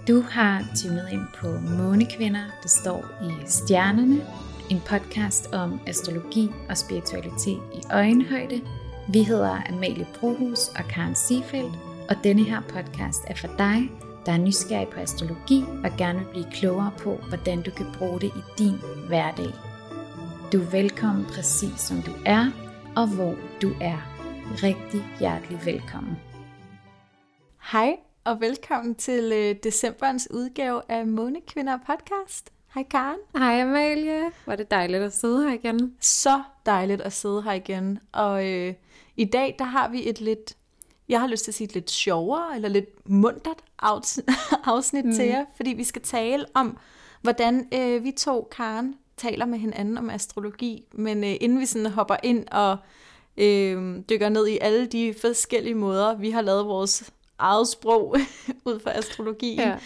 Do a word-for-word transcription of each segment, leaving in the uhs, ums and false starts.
Du har tunet ind på Månekvinder, der står i stjernerne. En podcast om astrologi og spiritualitet i øjenhøjde. Vi hedder Amalie Brohus og Karen Seefeldt, og denne her podcast er for dig, der er nysgerrig på astrologi og gerne vil blive klogere på, hvordan du kan bruge det i din hverdag. Du er velkommen præcis som du er, og hvor du er. Rigtig hjertelig velkommen. Hej og velkommen til øh, decemberens udgave af Månekvinder podcast. Hej Karen. Hej Amalie. Hvor er det dejligt at sidde her igen. Så dejligt at sidde her igen. Og øh, i dag der har vi et lidt, jeg har lyst til at sige et lidt sjovere eller lidt muntert afsnit mm. til jer, fordi vi skal tale om, hvordan øh, vi to, Karen, taler med hinanden om astrologi. Men øh, inden vi sådan hopper ind og øh, dykker ned i alle de forskellige måder, vi har lavet vores eget sprog ud fra astrologien, ja.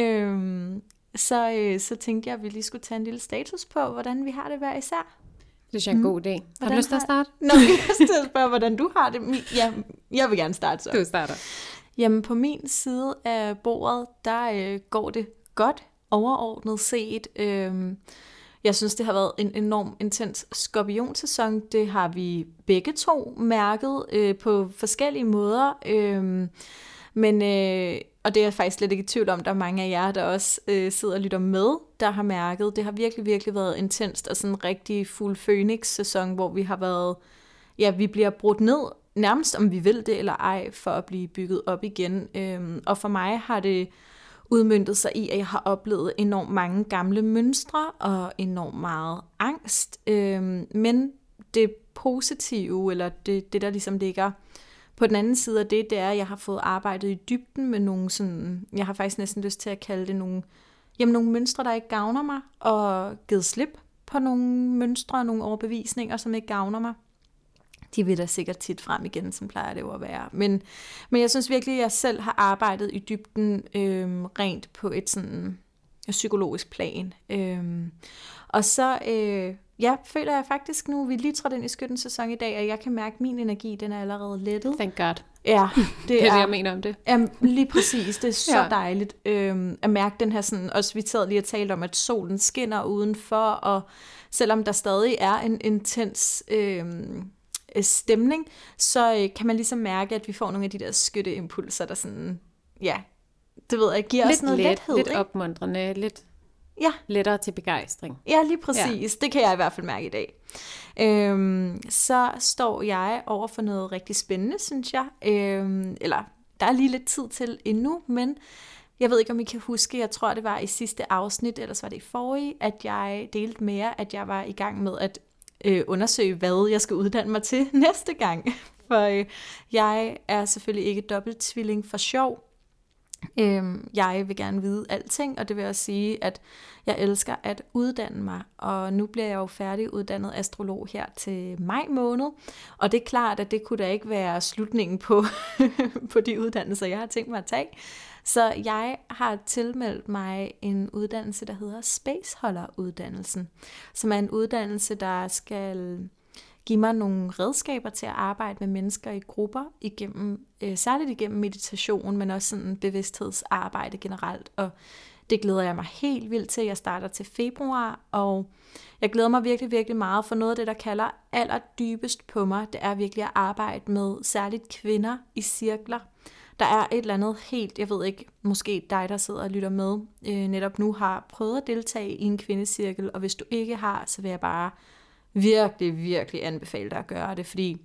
øhm, så, øh, så tænkte jeg, at vi lige skulle tage en lille status på, hvordan vi har det hver især. Det synes jeg er en god idé. Har hvordan du lyst til at starte? Nå, jeg har lyst til at spørge, hvordan du har det. Ja, jeg vil gerne starte så. Du starter. Jamen, på min side af bordet, der øh, går det godt overordnet set. Øhm, Jeg synes, det har været en enorm intens skorpionsæson. Det har vi begge to mærket øh, på forskellige måder. Øh, men, øh, og det er jeg faktisk slet ikke i tvivl om, der er mange af jer, der også øh, sidder og lytter med, der har mærket. Det har virkelig, virkelig været intenst og sådan en rigtig fuld Phoenix-sæson, hvor vi har været, ja, vi bliver brudt ned, nærmest om vi vil det eller ej, for at blive bygget op igen. Øh, og for mig har det udmøntet sig i, at jeg har oplevet enormt mange gamle mønstre og enormt meget angst. Øhm, men det positive, eller det, det der ligesom ligger på den anden side af det, det er, at jeg har fået arbejdet i dybden med nogle sådan, jeg har faktisk næsten lyst til at kalde det nogle, jamen nogle mønstre, der ikke gavner mig, og givet slip på nogle mønstre og nogle overbevisninger, som ikke gavner mig. De vil da sikkert tit frem igen, som plejer det jo at være. Men, men jeg synes virkelig, at jeg selv har arbejdet i dybden øh, rent på et sådan psykologisk plan. Øh, og så øh, ja, føler jeg faktisk nu, vi er lige trådt ind i skyttens sæson i dag, at jeg kan mærke, at min energi, den er allerede lettet. Thank God. Ja, det, det er er det, jeg mener om det. Ja, lige præcis. Det er så ja. dejligt øh, at mærke den her sådan, også vi sad lige og talte om, at solen skinner udenfor, og selvom der stadig er en intens Øh, stemning, så øh, kan man ligesom mærke, at vi får nogle af de der skytteimpulser, der sådan, ja, det ved jeg, giver lidt os noget let, lethed. Lidt ikke? opmuntrende, lidt ja. lettere til begejstring. Ja, lige præcis. Ja. Det kan jeg i hvert fald mærke i dag. Øhm, så står jeg over for noget rigtig spændende, synes jeg. Øhm, eller, der er lige lidt tid til endnu, men jeg ved ikke, om I kan huske, jeg tror, det var i sidste afsnit, eller så var det i forrige, at jeg delte med jer, at jeg var i gang med at Øh, undersøge, hvad jeg skal uddanne mig til næste gang. For øh, jeg er selvfølgelig ikke dobbelttvilling for sjov. Øh, jeg vil gerne vide alting, og det vil også sige, at jeg elsker at uddanne mig. Og nu bliver jeg jo færdiguddannet astrolog her til maj måned. Og det er klart, at det kunne da ikke være slutningen på, på de uddannelser, jeg har tænkt mig at tage. Så jeg har tilmeldt mig en uddannelse, der hedder Spaceholder-uddannelsen, som er en uddannelse, der skal give mig nogle redskaber til at arbejde med mennesker i grupper, igennem, øh, særligt igennem meditation, men også sådan bevidsthedsarbejde generelt. Og det glæder jeg mig helt vildt til. Jeg starter til februar, og jeg glæder mig virkelig, virkelig meget, for noget af det, der kalder allerdybest på mig, det er virkelig at arbejde med særligt kvinder i cirkler. Der er et eller andet helt, jeg ved ikke, måske dig, der sidder og lytter med, øh, netop nu har prøvet at deltage i en kvindecirkel, og hvis du ikke har, så vil jeg bare virkelig, virkelig anbefale dig at gøre det, fordi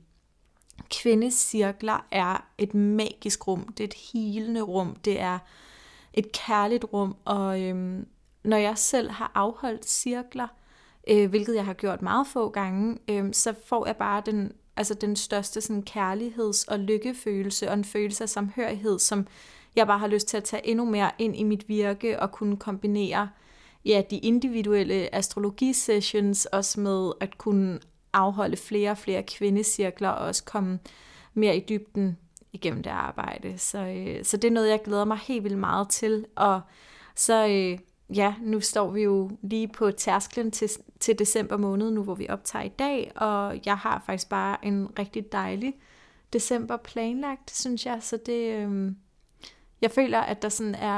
kvindecirkler er et magisk rum, det er et healende rum, det er et kærligt rum, og øhm, når jeg selv har afholdt cirkler, øh, hvilket jeg har gjort meget få gange, øh, så får jeg bare den altså den største sådan kærligheds- og lykkefølelse, og en følelse af samhørighed, som jeg bare har lyst til at tage endnu mere ind i mit virke, og kunne kombinere ja, de individuelle astrologisessions, også med at kunne afholde flere og flere kvindecirkler, og også komme mere i dybden igennem det arbejde. Så, øh, så det er noget, jeg glæder mig helt vildt meget til, og så øh, ja, nu står vi jo lige på tærsklen til, til december måned, nu hvor vi optager i dag, og jeg har faktisk bare en rigtig dejlig december planlagt, synes jeg, så det, øh, jeg føler, at der sådan er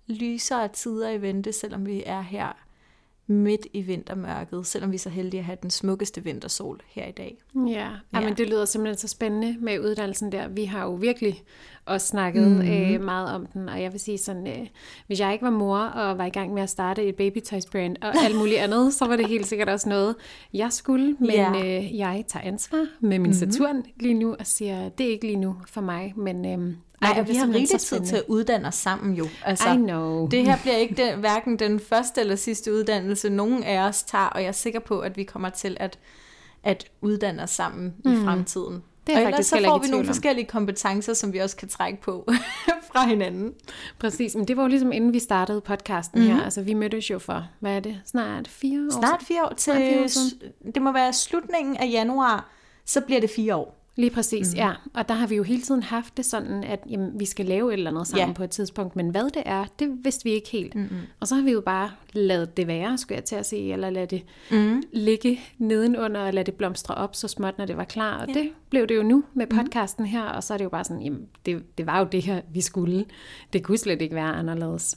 lysere tider i vente, selvom vi er her midt i vintermørket, selvom vi er så heldige at have den smukkeste vintersol her i dag. Ja, ja. Men det lyder simpelthen så spændende med uddannelsen der. Vi har jo virkelig også snakket mm. øh, meget om den, og jeg vil sige sådan, øh, hvis jeg ikke var mor og var i gang med at starte et babytøjsbrand og alt muligt andet, så var det helt sikkert også noget, jeg skulle, men ja. øh, jeg tager ansvar med min mm-hmm. Saturn lige nu og siger, det er ikke lige nu for mig, men... Øh, Nej, og vi har rigtig tid til at uddanne os sammen jo. Altså, I know. Det her bliver ikke den, hverken den første eller sidste uddannelse, nogen af os tager, og jeg er sikker på, at vi kommer til at, at uddanne os sammen mm. i fremtiden. Det er og faktisk så får vi nogle forskellige kompetencer, som vi også kan trække på fra hinanden. Præcis, men det var jo ligesom inden vi startede podcasten mm-hmm. her. Altså vi mødtes jo for, hvad er det, snart fire år? Snart fire år til, fire år det må være slutningen af januar, så bliver det fire år. Lige præcis, mm. ja. Og der har vi jo hele tiden haft det sådan, at jamen, vi skal lave et eller andet sammen ja. på et tidspunkt. Men hvad det er, det vidste vi ikke helt. Mm-hmm. Og så har vi jo bare ladet det være, skulle jeg til at sige, eller lade det mm. ligge nedenunder, og lade det blomstre op så småt, når det var klar. Og ja. det blev det jo nu med podcasten her, og så er det jo bare sådan, jamen, det, det var jo det her, vi skulle. Det kunne slet ikke være anderledes.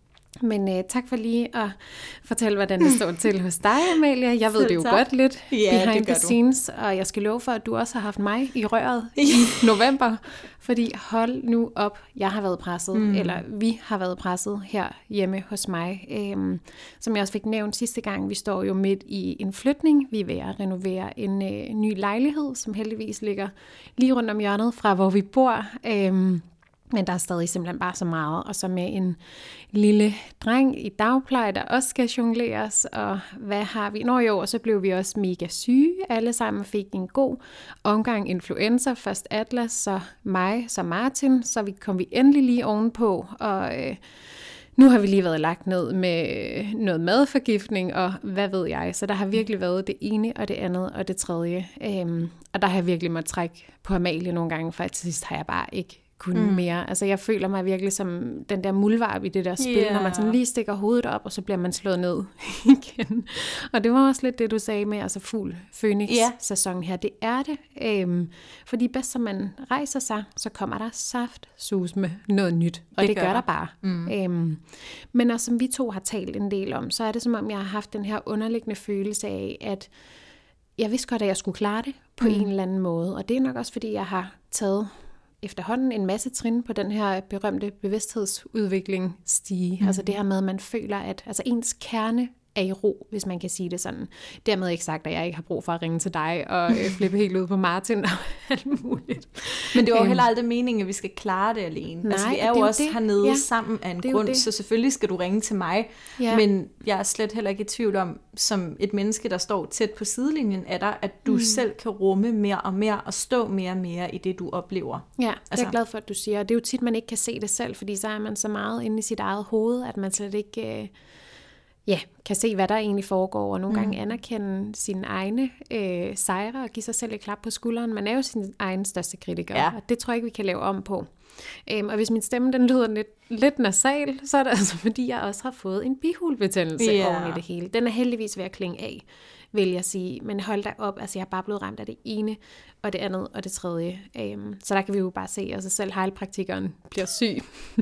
Men uh, tak for lige at fortælle, hvordan det står til hos dig, Amalie. Jeg ved Selv det jo tak. godt lidt ja, behind the scenes, og jeg skal love for, at du også har haft mig i røret i november. Fordi hold nu op, jeg har været presset, mm. eller vi har været presset her hjemme hos mig. Um, som jeg også fik nævnt sidste gang, vi står jo midt i en flytning. Vi er ved at renovere en uh, ny lejlighed, som heldigvis ligger lige rundt om hjørnet fra, hvor vi bor. Um, Men der er stadig simpelthen bare så meget, og så med en lille dreng i dagpleje, der også skal jongleres, og hvad har vi? Nå jo, og så blev vi også mega syge, alle sammen fik en god omgang influenza, først Atlas, så mig, så Martin, så vi kom vi endelig lige ovenpå, og øh, nu har vi lige været lagt ned med noget madforgiftning, og hvad ved jeg, så der har virkelig været det ene, og det andet, og det tredje, øhm, og der har jeg virkelig måttet trække på Amalie nogle gange, for til sidst har jeg bare ikke kunne mm. mere. Altså jeg føler mig virkelig som den der muldvarp i det der spil, yeah. når man sådan lige stikker hovedet op, og så bliver man slået ned igen. Og det var også lidt det, du sagde med, altså fugl Phoenix-sæsonen her. Det er det. Øhm, fordi bedst som man rejser sig, så kommer der saft sus med noget nyt. Og det, det gør, gør der bare. Mm. Øhm, men også som vi to har talt en del om, så er det som om, jeg har haft den her underliggende følelse af, at jeg vidste godt, at jeg skulle klare det på mm. en eller anden måde. Og det er nok også, fordi jeg har taget efterhånden en masse trin på den her berømte bevidsthedsudvikling stige. Mm. Altså det her med, at man føler, at altså ens kerne er i ro, hvis man kan sige det sådan. Dermed ikke sagt, at jeg ikke har brug for at ringe til dig og øh, flippe helt ud på Martin og alt muligt. Men det var jo heller aldrig meningen, at vi skal klare det alene. Nej, altså vi er jo er også det. hernede ja, sammen af en grund, så selvfølgelig skal du ringe til mig. Ja. Men jeg er slet heller ikke i tvivl om, som et menneske, der står tæt på sidelinjen af dig, at du mm. selv kan rumme mere og mere og stå mere og mere i det, du oplever. Ja, det altså. er jeg glad for, at du siger. Det er jo tit, man ikke kan se det selv, fordi så er man så meget inde i sit eget hoved, at man slet ikke... Øh, Ja, kan se, hvad der egentlig foregår, og nogle mm. gange anerkende sine egne øh, sejre og give sig selv et klap på skulderen. Man er jo sin egen største kritiker, ja. og det tror jeg ikke, vi kan lave om på. Øhm, og hvis min stemme den lyder lidt, lidt nasal, så er det altså, fordi jeg også har fået en bihulebetændelse yeah. oven i det hele. Den er heldigvis ved at klinge af, vil jeg sige. Men hold da op, altså jeg er bare blevet ramt af det ene, og det andet, og det tredje. Øhm, så der kan vi jo bare se, at altså selv heilpraktikeren bliver syg.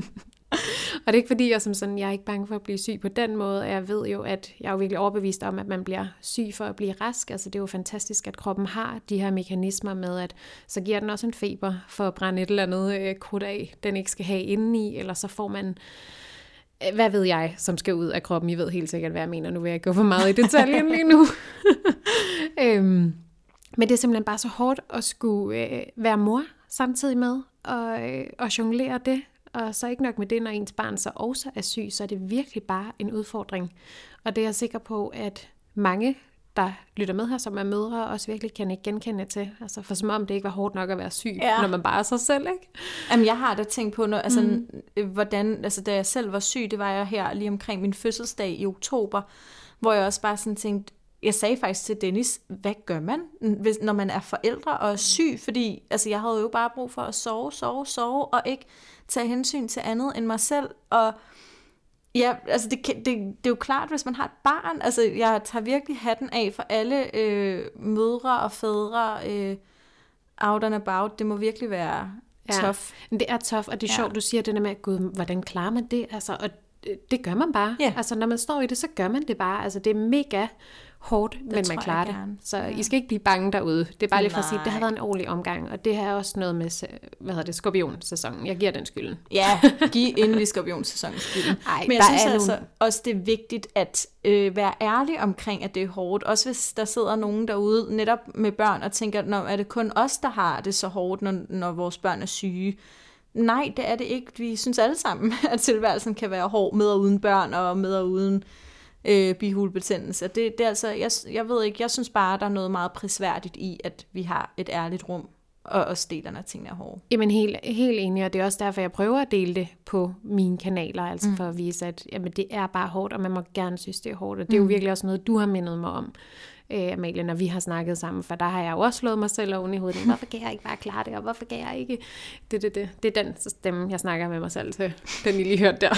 Og det er ikke fordi, jeg, som sådan, jeg er ikke bange for at blive syg på den måde. Jeg ved jo, at jeg er jo virkelig overbevist om, at man bliver syg for at blive rask. Altså det er jo fantastisk, at kroppen har de her mekanismer med, at så giver den også en feber for at brænde et eller andet øh, krudt af, den ikke skal have indeni, eller så får man, øh, hvad ved jeg, som skal ud af kroppen. I ved helt sikkert, hvad jeg mener. Nu vil jeg gå for meget i detaljen lige nu. øhm, men det er simpelthen bare så hårdt at skulle øh, være mor samtidig med, og, øh, og jonglere det. Og så ikke nok med det, når ens barn så også er syg, så er det virkelig bare en udfordring. Og det er jeg sikker på, at mange, der lytter med her, som er mødre, også virkelig kan ikke genkende til. Altså for som om det ikke var hårdt nok at være syg, ja. når man bare er sig selv, ikke? Jamen jeg har da tænkt på, når, altså, mm. hvordan, altså da jeg selv var syg, det var jeg her lige omkring min fødselsdag i oktober, hvor jeg også bare sådan tænkte, jeg sagde faktisk til Dennis, hvad gør man, hvis, når man er forældre og er syg? Fordi altså, jeg havde jo bare brug for at sove, sove, sove, og ikke tage hensyn til andet end mig selv. Og ja, altså det, det, det er jo klart, hvis man har et barn, altså jeg tager virkelig hatten af for alle øh, mødre og fædre, øh, out and about. Det må virkelig være ja, tough. Det er tough, og det er ja. sjovt, du siger det der med, gud, hvordan klarer man det? Altså, og det, det gør man bare. Ja. Altså, når man står i det, så gør man det bare. Altså, det er mega hårdt, det men man klarer det. Så ja. I skal ikke blive bange derude. Det er bare lige for at sige, det har været en ordentlig omgang, og det har også noget med, hvad hedder det, skorpionsæsonen. Jeg giver den skylden. Ja, giv endelig skorpionsæsonen skylden. Ej, men jeg synes altså nogle... også, det er vigtigt at øh, være ærlig omkring, at det er hårdt. Også hvis der sidder nogen derude, netop med børn, og tænker, når er det kun os, der har det så hårdt, når, når vores børn er syge. Nej, det er det ikke. Vi synes alle sammen, at tilværelsen kan være hård med og uden børn, og med og uden øh, bihulebetændelse. Det, det er altså, jeg, jeg ved ikke, jeg synes bare, der er noget meget prisværdigt i, at vi har et ærligt rum, og også deler, når tingene er hårde. Jamen helt, helt enig, og det er også derfor, jeg prøver at dele det på mine kanaler, altså mm. for at vise, at jamen, det er bare hårdt, og man må gerne synes, det er hårdt. Og det er jo virkelig også noget, du har mindet mig om, øh, Amalie, når vi har snakket sammen, for der har jeg jo også slået mig selv oven i hovedet. Hvorfor kan jeg ikke bare klare det, og hvorfor kan jeg ikke? Det, det, det. det er den stemme, jeg snakker med mig selv til, den I lige hørte der.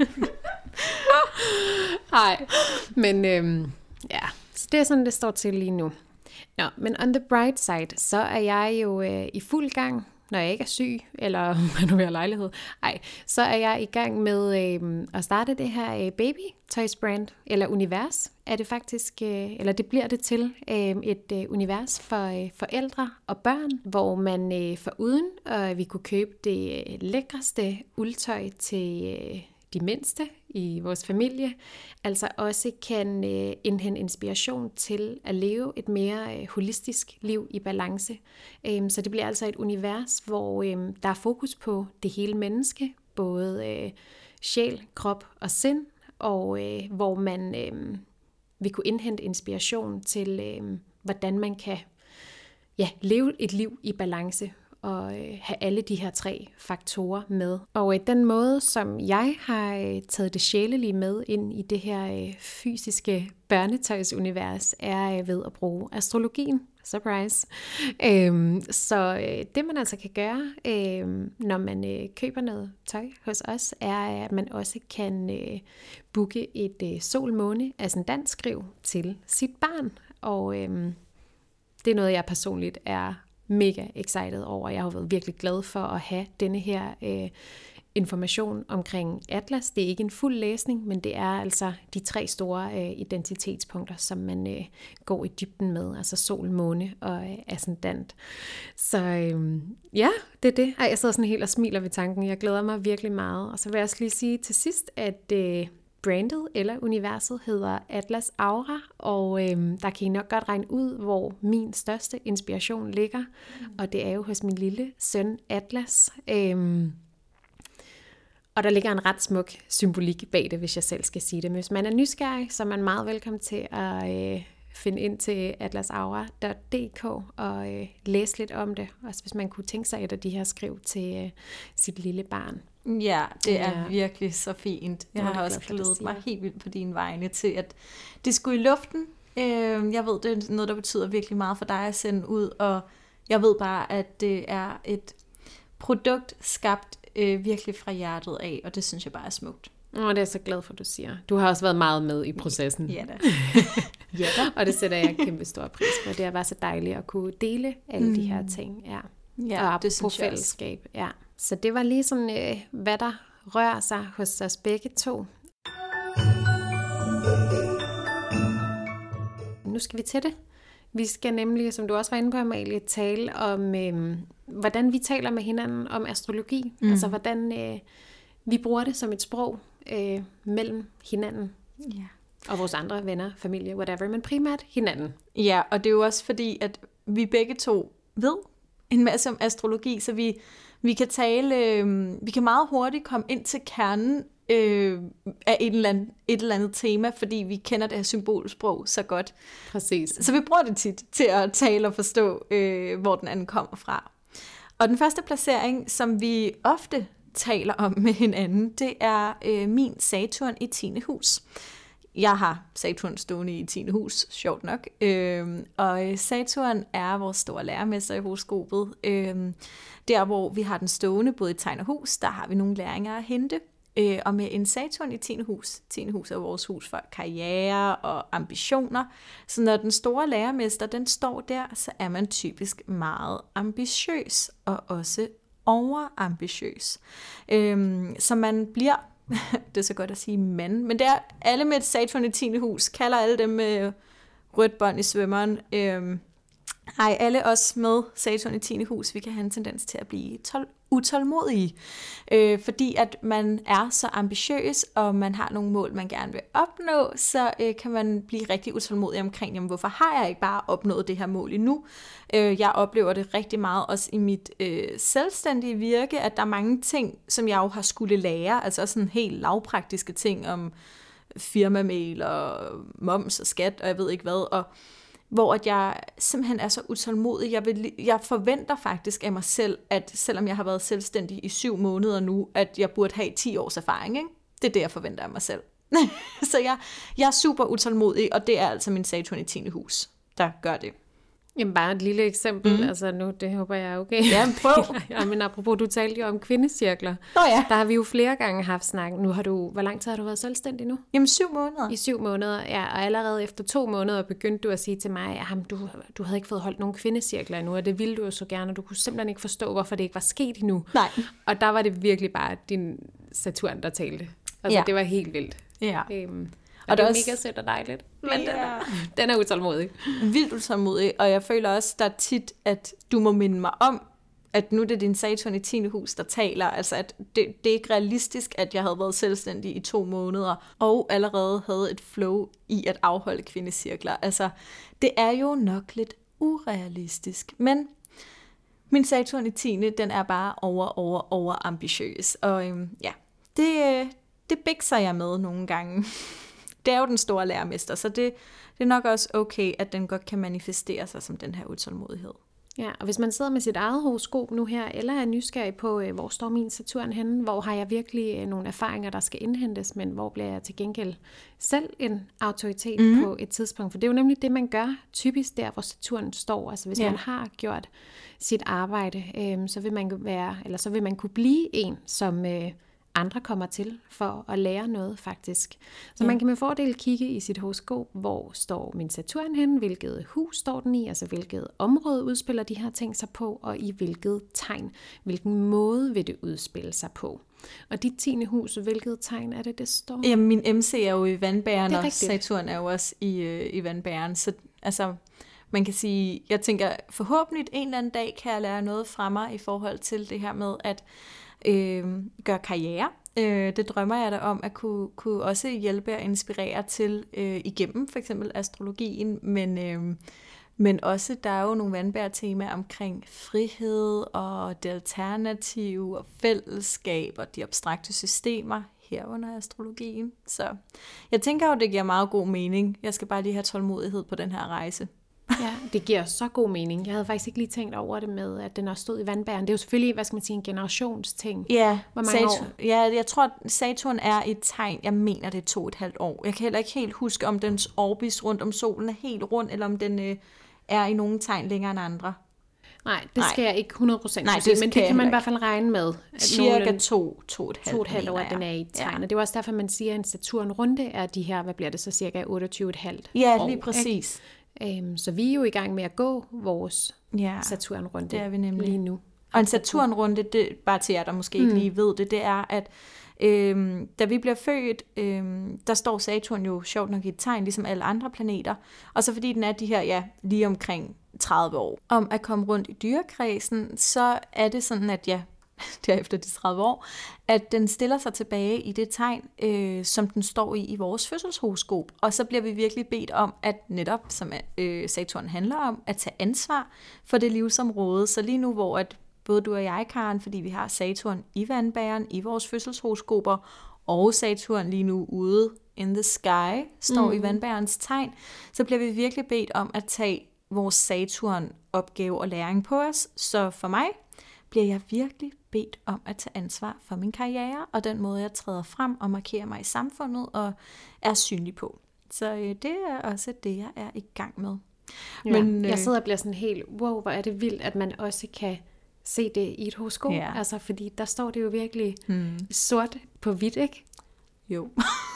Nej, men øhm, ja, så det er sådan, det står til lige nu. Nå, men on the bright side, så er jeg jo øh, i fuld gang, når jeg ikke er syg, eller renoverer lejlighed. Ej, så er jeg i gang med øh, at starte det her øh, baby toys brand, eller univers, er det faktisk, øh, eller det bliver det til, øh, et øh, univers for øh, forældre og børn, hvor man øh, foruden, og vi kunne købe det øh, lækreste uldtøj til øh, de mindste i vores familie, altså også kan øh, indhente inspiration til at leve et mere øh, holistisk liv i balance. Øhm, så det bliver altså et univers, hvor øh, der er fokus på det hele menneske, både øh, sjæl, krop og sind, og øh, hvor man øh, vil kunne indhente inspiration til, øh, hvordan man kan ja, leve et liv i balance, og øh, have alle de her tre faktorer med. Og øh, den måde, som jeg har øh, taget det sjælelige med ind i det her øh, fysiske børnetøjsunivers, er øh, ved at bruge astrologien. Surprise! Øhm, så øh, det man altså kan gøre, øh, når man øh, køber noget tøj hos os, er, at man også kan øh, booke et øh, sol-måne ascendantskriv til sit barn. Og øh, det er noget, jeg personligt er mega excited over. Jeg har været virkelig glad for at have denne her øh, information omkring Atlas. Det er ikke en fuld læsning, men det er altså de tre store øh, identitetspunkter, som man øh, går i dybden med, altså sol, måne og øh, ascendant. Så øh, ja, det er det. Ej, jeg sidder sådan helt og smiler ved tanken. Jeg glæder mig virkelig meget. Og så vil jeg også lige sige til sidst, at øh, brandet eller universet hedder Atlas Aura, og øhm, der kan I nok godt regne ud, hvor min største inspiration ligger, mm. og det er jo hos min lille søn Atlas. Øhm, og der ligger en ret smuk symbolik bag det, hvis jeg selv skal sige det. Men hvis man er nysgerrig, så er man meget velkommen til at øh, finde ind til atlasaura punktum d k og øh, læse lidt om det, også hvis man kunne tænke sig et af de her skriv til øh, sit lille barn. Ja, det er ja. virkelig så fint. Jeg har har også glædet mig helt vildt på dine vegne til, at det skulle i luften. Jeg ved, det er noget, der betyder virkelig meget for dig at sende ud, og jeg ved bare, at det er et produkt skabt øh, virkelig fra hjertet af, og det synes jeg bare er smukt. Åh, det er jeg så glad for, du siger. Du har også været meget med i processen. Ja da. ja da. Og det sætter jeg kæmpe stor pris på. Det er bare så dejligt at kunne dele alle mm. de her ting. Ja, ja og det synes jeg fællesskab. Ja. Så det var lige sådan, øh, hvad der rører sig hos os begge to. Nu skal vi til det. Vi skal nemlig, som du også var inde på, Amalie, tale om, øh, hvordan vi taler med hinanden om astrologi. Mm. Altså, hvordan øh, vi bruger det som et sprog øh, mellem hinanden. Ja. Og vores andre venner, familie, whatever, men primært hinanden. Ja, og det er jo også fordi, at vi begge to ved en masse om astrologi, så vi, vi kan tale, øh, vi kan meget hurtigt komme ind til kernen øh, af et eller, andet, et eller andet tema, fordi vi kender det her symbolsprog så godt. Præcis. Så vi bruger det tit til at tale og forstå, øh, hvor den anden kommer fra. Og den første placering, som vi ofte taler om med hinanden, det er øh, min Saturn i tiende hus. Jeg har Saturn stående i tiende hus, sjovt nok. Øhm, og Saturn er vores store lærermester i horoskopet. Øhm, der, hvor vi har den stående både i tegn og hus, der har vi nogle læringer at hente. Øh, og med en Saturn i tiende hus, tiende hus er vores hus for karriere og ambitioner. Så når den store lærermester, den står der, så er man typisk meget ambitiøs og også overambitiøs. Øhm, så man bliver det er så godt at sige mand, men det er alle med et Saturn i tiende hus, kalder alle dem med rødt bånd i svømmeren. Øhm, ej, alle os med Saturn i tiende hus, vi kan have en tendens til at blive tol- utålmodige, øh, fordi at man er så ambitiøs, og man har nogle mål, man gerne vil opnå, så øh, kan man blive rigtig utålmodig omkring, jamen hvorfor har jeg ikke bare opnået det her mål endnu? Øh, jeg oplever det rigtig meget også i mit øh, selvstændige virke, at der er mange ting, som jeg jo har skulle lære, altså også sådan helt lavpraktiske ting om firmamail og moms og skat, og jeg ved ikke hvad, og hvor at jeg simpelthen er så utålmodig. Jeg, vil, jeg forventer faktisk af mig selv, at selvom jeg har været selvstændig i syv måneder nu, at jeg burde have ti års erfaring. Ikke? Det er det, jeg forventer af mig selv. Så jeg, jeg er super utålmodig, og det er altså min Saturn i tiende hus, der gør det. Jamen bare et lille eksempel, mm. altså nu, det håber jeg er okay. Ja, prøv. Ja, men apropos, du talte jo om kvindecirkler. Nå ja. Der har vi jo flere gange haft snak. Nu har du, hvor lang tid har du været selvstændig nu? Jamen syv måneder. I syv måneder, ja, og allerede efter to måneder begyndte du at sige til mig, at du, du havde ikke fået holdt nogen kvindecirkler endnu, og det ville du jo så gerne, og du kunne simpelthen ikke forstå, hvorfor det ikke var sket endnu. Nej. Og der var det virkelig bare din Saturn, der talte. Altså ja. Det var helt vildt. Ja. Øhm, Og, og det er også mega sødt og dejligt, men ja. den, er, den er utålmodig. Vildt utålmodig, og jeg føler også, der er tit, at du må minde mig om, at nu det er din Saturn i tiende hus, der taler. Altså, at det, det er ikke realistisk, at jeg havde været selvstændig i to måneder, og allerede havde et flow i at afholde kvindecirkler. Altså, det er jo nok lidt urealistisk, men min Saturn i tiende, den er bare over, over, over ambitiøs. Og øhm, ja, det, det bikser jeg med nogle gange. Det er jo den store lærermester, så det, det er nok også okay, at den godt kan manifestere sig som den her utålmodighed. Ja, og hvis man sidder med sit eget horoskop nu her, eller er nysgerrig på, hvor står min Saturn henne, hvor har jeg virkelig nogle erfaringer, der skal indhentes, men hvor bliver jeg til gengæld selv en autoritet mm. på et tidspunkt? For det er jo nemlig det, man gør typisk der, hvor Saturn står. Altså hvis ja. man har gjort sit arbejde, øh, så vil man være, eller så vil man kunne blive en, som øh, andre kommer til for at lære noget faktisk. Så ja. man kan med fordel kigge i sit horoskop, hvor står min Saturn hen, hvilket hus står den i, altså hvilket område udspiller de her ting sig på, og i hvilket tegn, hvilken måde vil det udspille sig på. Og dit tiende hus, hvilket tegn er det, det står? Jamen min M C er jo i vandbæren, og Saturn er jo også i, øh, i vandbæren, så altså man kan sige, jeg tænker forhåbentlig en eller anden dag kan jeg lære noget fra mig i forhold til det her med at Øh, gøre karriere. Øh, det drømmer jeg da om at kunne, kunne også hjælpe og inspirere til øh, igennem for eksempel astrologien, men, øh, men også der er jo nogle vandbærtemaer omkring frihed og det alternative og fællesskab og de abstrakte systemer herunder astrologien. Så jeg tænker jo, det giver meget god mening. Jeg skal bare lige have tålmodighed på den her rejse. Ja, det giver så god mening. Jeg havde faktisk ikke lige tænkt over det med, at den også stod i vandbæren. Det er jo selvfølgelig, hvad skal man sige, en generationsting. Ja, Hvor mange Saturn, år? ja, jeg tror, at Saturn er et tegn, jeg mener, det er to og et halvt år. Jeg kan heller ikke helt huske, om dens orbis rundt om solen er helt rund, eller om den øh, er i nogle tegn længere end andre. Nej, det skal Nej. jeg ikke hundrede procent Nej, sige, det men skal det jeg kan man i heller hvert fald regne med. At Cirka to, to og et halvt, to og et halvt år, mener at den er i et tegn. Ja. Og det er også derfor, man siger, at en Saturn-runde er de her, hvad bliver det så, cirka otteogtyve og et halvt Ja, år, lige præcis. Øhm, så vi er jo i gang med at gå vores Ja, Saturn-runde det er vi nemlig. lige nu. Og en Saturn-runde, det, bare til jer, der måske ikke Mm. lige ved det, det er, at øhm, da vi bliver født, øhm, der står Saturn jo sjovt nok i et tegn, ligesom alle andre planeter. Og så fordi den er de her, ja, lige omkring tredive år, om at komme rundt i dyrekredsen, så er det sådan, at ja, derefter de tredive år, at den stiller sig tilbage i det tegn, øh, som den står i i vores fødselshoroskop. Og så bliver vi virkelig bedt om, at netop, som øh, Saturn handler om, at tage ansvar for det livsområde. Så lige nu, hvor at både du og jeg, Karen, fordi vi har Saturn i vandbæren, i vores fødselshoroskoper, og Saturn lige nu ude in the sky, står mm. i vandbærens tegn, så bliver vi virkelig bedt om at tage vores Saturn-opgave og læring på os. Så for mig bliver jeg virkelig bedt om at tage ansvar for min karriere, og den måde, jeg træder frem og markerer mig i samfundet, og er synlig på. Så øh, det er også det, jeg er i gang med. Ja, Men, øh, jeg sidder og bliver sådan helt, wow, hvor er det vildt, at man også kan se det i et horoskop. Ja. Altså, fordi der står det jo virkelig hmm. sort på hvidt, ikke? Jo.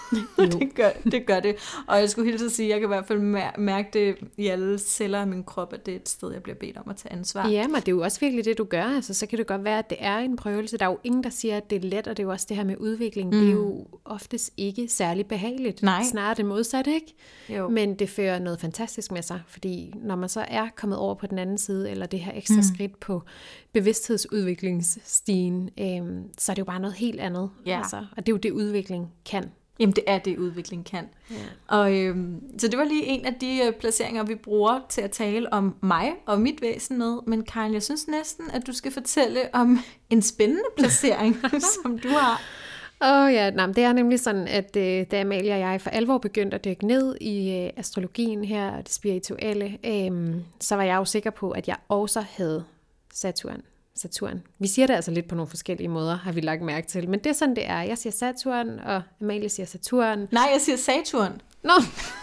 det, gør, det gør det. Og jeg skulle hilse at sige, at jeg kan i hvert fald mærke det i alle celler af min krop, at det er et sted, jeg bliver bedt om at tage ansvar. Ja, men det er jo også virkelig det, du gør. Altså, så kan det godt være, at det er en prøvelse. Der er jo ingen, der siger, at det er let, og det er jo også det her med udvikling. Mm. Det er jo oftest ikke særlig behageligt. Nej. Snarere det modsatte, ikke? Jo. Men det fører noget fantastisk med sig, fordi når man så er kommet over på den anden side, eller det her ekstra mm. skridt på bevidsthedsudviklingsstigen, øhm, så er det jo bare noget helt andet. Ja. Altså, og det er jo det, udvikling kan. Jamen, det er det, udvikling kan. Ja. Og, øhm, så det var lige en af de øh, placeringer, vi bruger til at tale om mig og mit væsen med. Men Karin, jeg synes næsten, at du skal fortælle om en spændende placering, som du har. Åh oh, ja, nej, det er nemlig sådan, at øh, da Amalie og jeg for alvor begyndte at dykke ned i øh, astrologien her, og det spirituelle, øh, så var jeg jo sikker på, at jeg også havde Saturn. Saturn. Vi siger det altså lidt på nogle forskellige måder, har vi lagt mærke til. Men det er sådan, det er. Jeg siger Saturn, og Amalie siger Saturn. Nej, jeg siger Saturn. Nå!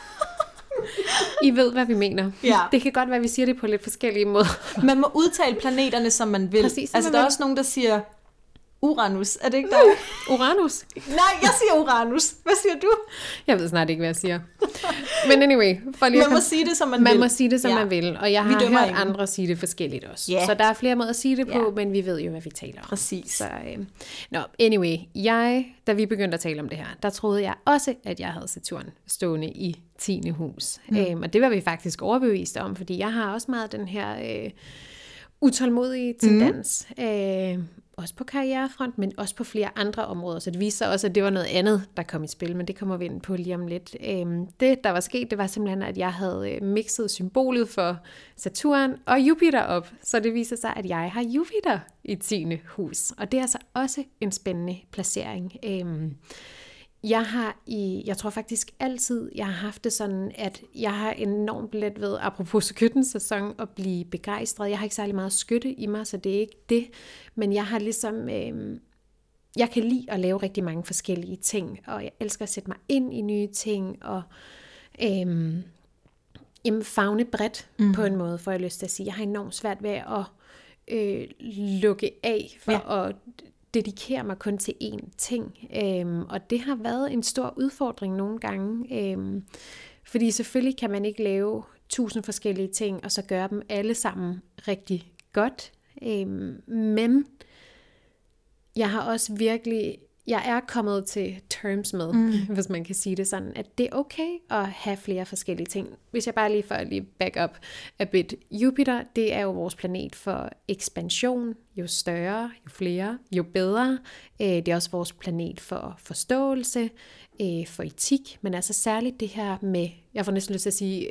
I ved, hvad vi mener. Ja. Det kan godt være, at vi siger det på lidt forskellige måder. Man må udtale planeterne, som man vil. Præcis, altså, der er også nogen, der siger Uranus. Er det ikke dig? Uranus? Nej, jeg siger Uranus. Hvad siger du? Jeg ved snart ikke, hvad jeg siger. Men anyway. For lige man må sige det, som man, man vil. Man må sige det, som ja. man vil. Og jeg har hørt ingen. andre sige det forskelligt også. Yeah. Så der er flere måder at sige det på, yeah. men vi ved jo, hvad vi taler om. Præcis. Så, øh. Nå, anyway. Jeg, da vi begyndte at tale om det her, der troede jeg også, at jeg havde Saturn stående i tiende hus. Mm. Øhm, og det var vi faktisk overbevist om, fordi jeg har også meget den her øh, utålmodige tendens. Mm. Øh, også på karrierefront, men også på flere andre områder. Så det viste sig også, at det var noget andet, der kom i spil, men det kommer vi ind på lige om lidt. Øhm, det, der var sket, det var simpelthen, at jeg havde mixet symbolet for Saturn og Jupiter op. Så det viser sig, at jeg har Jupiter i tiende hus. Og det er altså også en spændende placering. Øhm, Jeg har i, jeg tror faktisk altid, jeg har haft det sådan, at jeg har enormt let ved, apropos skyttensæson, at blive begejstret. Jeg har ikke særlig meget skytte i mig, så det er ikke det. Men jeg har ligesom, øh, jeg kan lide at lave rigtig mange forskellige ting, og jeg elsker at sætte mig ind i nye ting, og øh, jamen, favne bredt mm. på en måde, for jeg har lyst til at sige. Jeg har enormt svært ved at øh, lukke af for ja. at dedikere mig kun til én ting. Øhm, og det har været en stor udfordring nogle gange. Øhm, fordi selvfølgelig kan man ikke lave tusind forskellige ting, og så gøre dem alle sammen rigtig godt. Øhm, men jeg har også virkelig, jeg er kommet til terms med, mm. hvis man kan sige det sådan, at det er okay at have flere forskellige ting. Hvis jeg bare lige får lige back up a bit. Jupiter, det er jo vores planet for ekspansion. Jo større, jo flere, jo bedre. Det er også vores planet for forståelse, for etik, men altså særligt det her med, jeg får næsten lyst til at sige,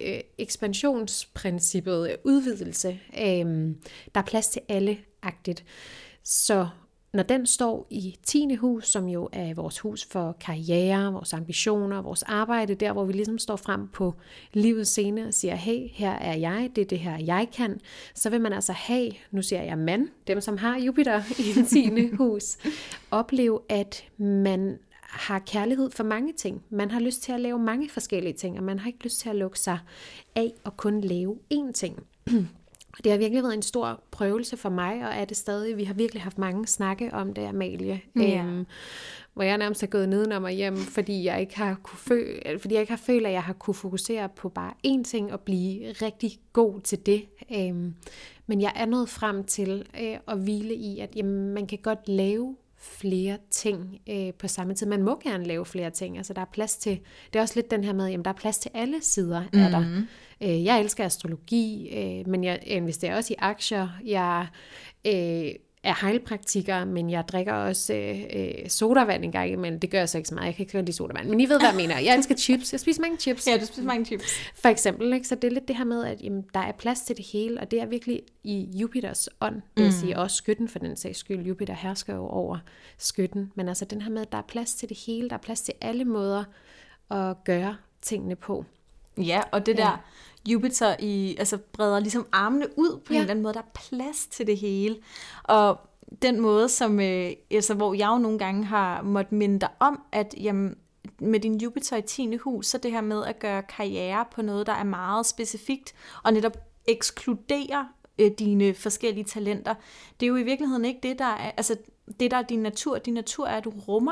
ekspansionsprincippet, udvidelse. Der er plads til alle-agtigt. Så når den står i tiende hus, som jo er vores hus for karriere, vores ambitioner, vores arbejde, der hvor vi ligesom står frem på livets scene og siger, hey, her er jeg, det er det her, jeg kan, så vil man altså have, nu siger jeg mand, dem som har Jupiter i tiende hus, opleve, at man har kærlighed for mange ting. Man har lyst til at lave mange forskellige ting, og man har ikke lyst til at lukke sig af og kun lave én ting. Det har virkelig været en stor prøvelse for mig, og er det stadig. Vi har virkelig haft mange snakke om det, Amalie. Ja. Øhm, hvor jeg nærmest er gået nedenom og hjem, fordi jeg ikke har kunne føle, fordi jeg ikke har følt, at jeg har kunne fokusere på bare én ting og blive rigtig god til det. Øhm, men jeg er nået frem til øh, at hvile i, at jamen, man kan godt lave flere ting øh, på samme tid. Man må gerne lave flere ting. Altså der er plads til, det er også lidt den her med, jamen der er plads til alle sider af mm-hmm. der. Øh, jeg elsker astrologi, øh, men jeg investerer også i aktier. Jeg øh, er heilpraktiker, men jeg drikker også øh, øh, sodavand en gang imellem. Det gør jeg så ikke så meget. Jeg kan ikke lide sodavand. Men I ved, hvad jeg mener. Jeg elsker chips. Jeg spiser mange chips. Ja, du spiser mange chips. For eksempel. Ikke? Så det er lidt det her med, at jamen, der er plads til det hele, og det er virkelig i Jupiters ånd, vil jeg sige. Også skytten for den sags skyld. Jupiter hersker jo over skytten. Men altså den her med, at der er plads til det hele. Der er plads til alle måder at gøre tingene på. Ja, og det der ja. Jupiter i, altså breder ligesom armene ud på ja. en eller anden måde. Der er plads til det hele. Og den måde, som, øh, altså, hvor jeg jo nogle gange har måttet minde dig om, at jamen, med din Jupiter i tiende hus, så det her med at gøre karriere på noget, der er meget specifikt, og netop ekskludere øh, dine forskellige talenter, det er jo i virkeligheden ikke det, der er, altså det der er din natur. Din natur er, at du rummer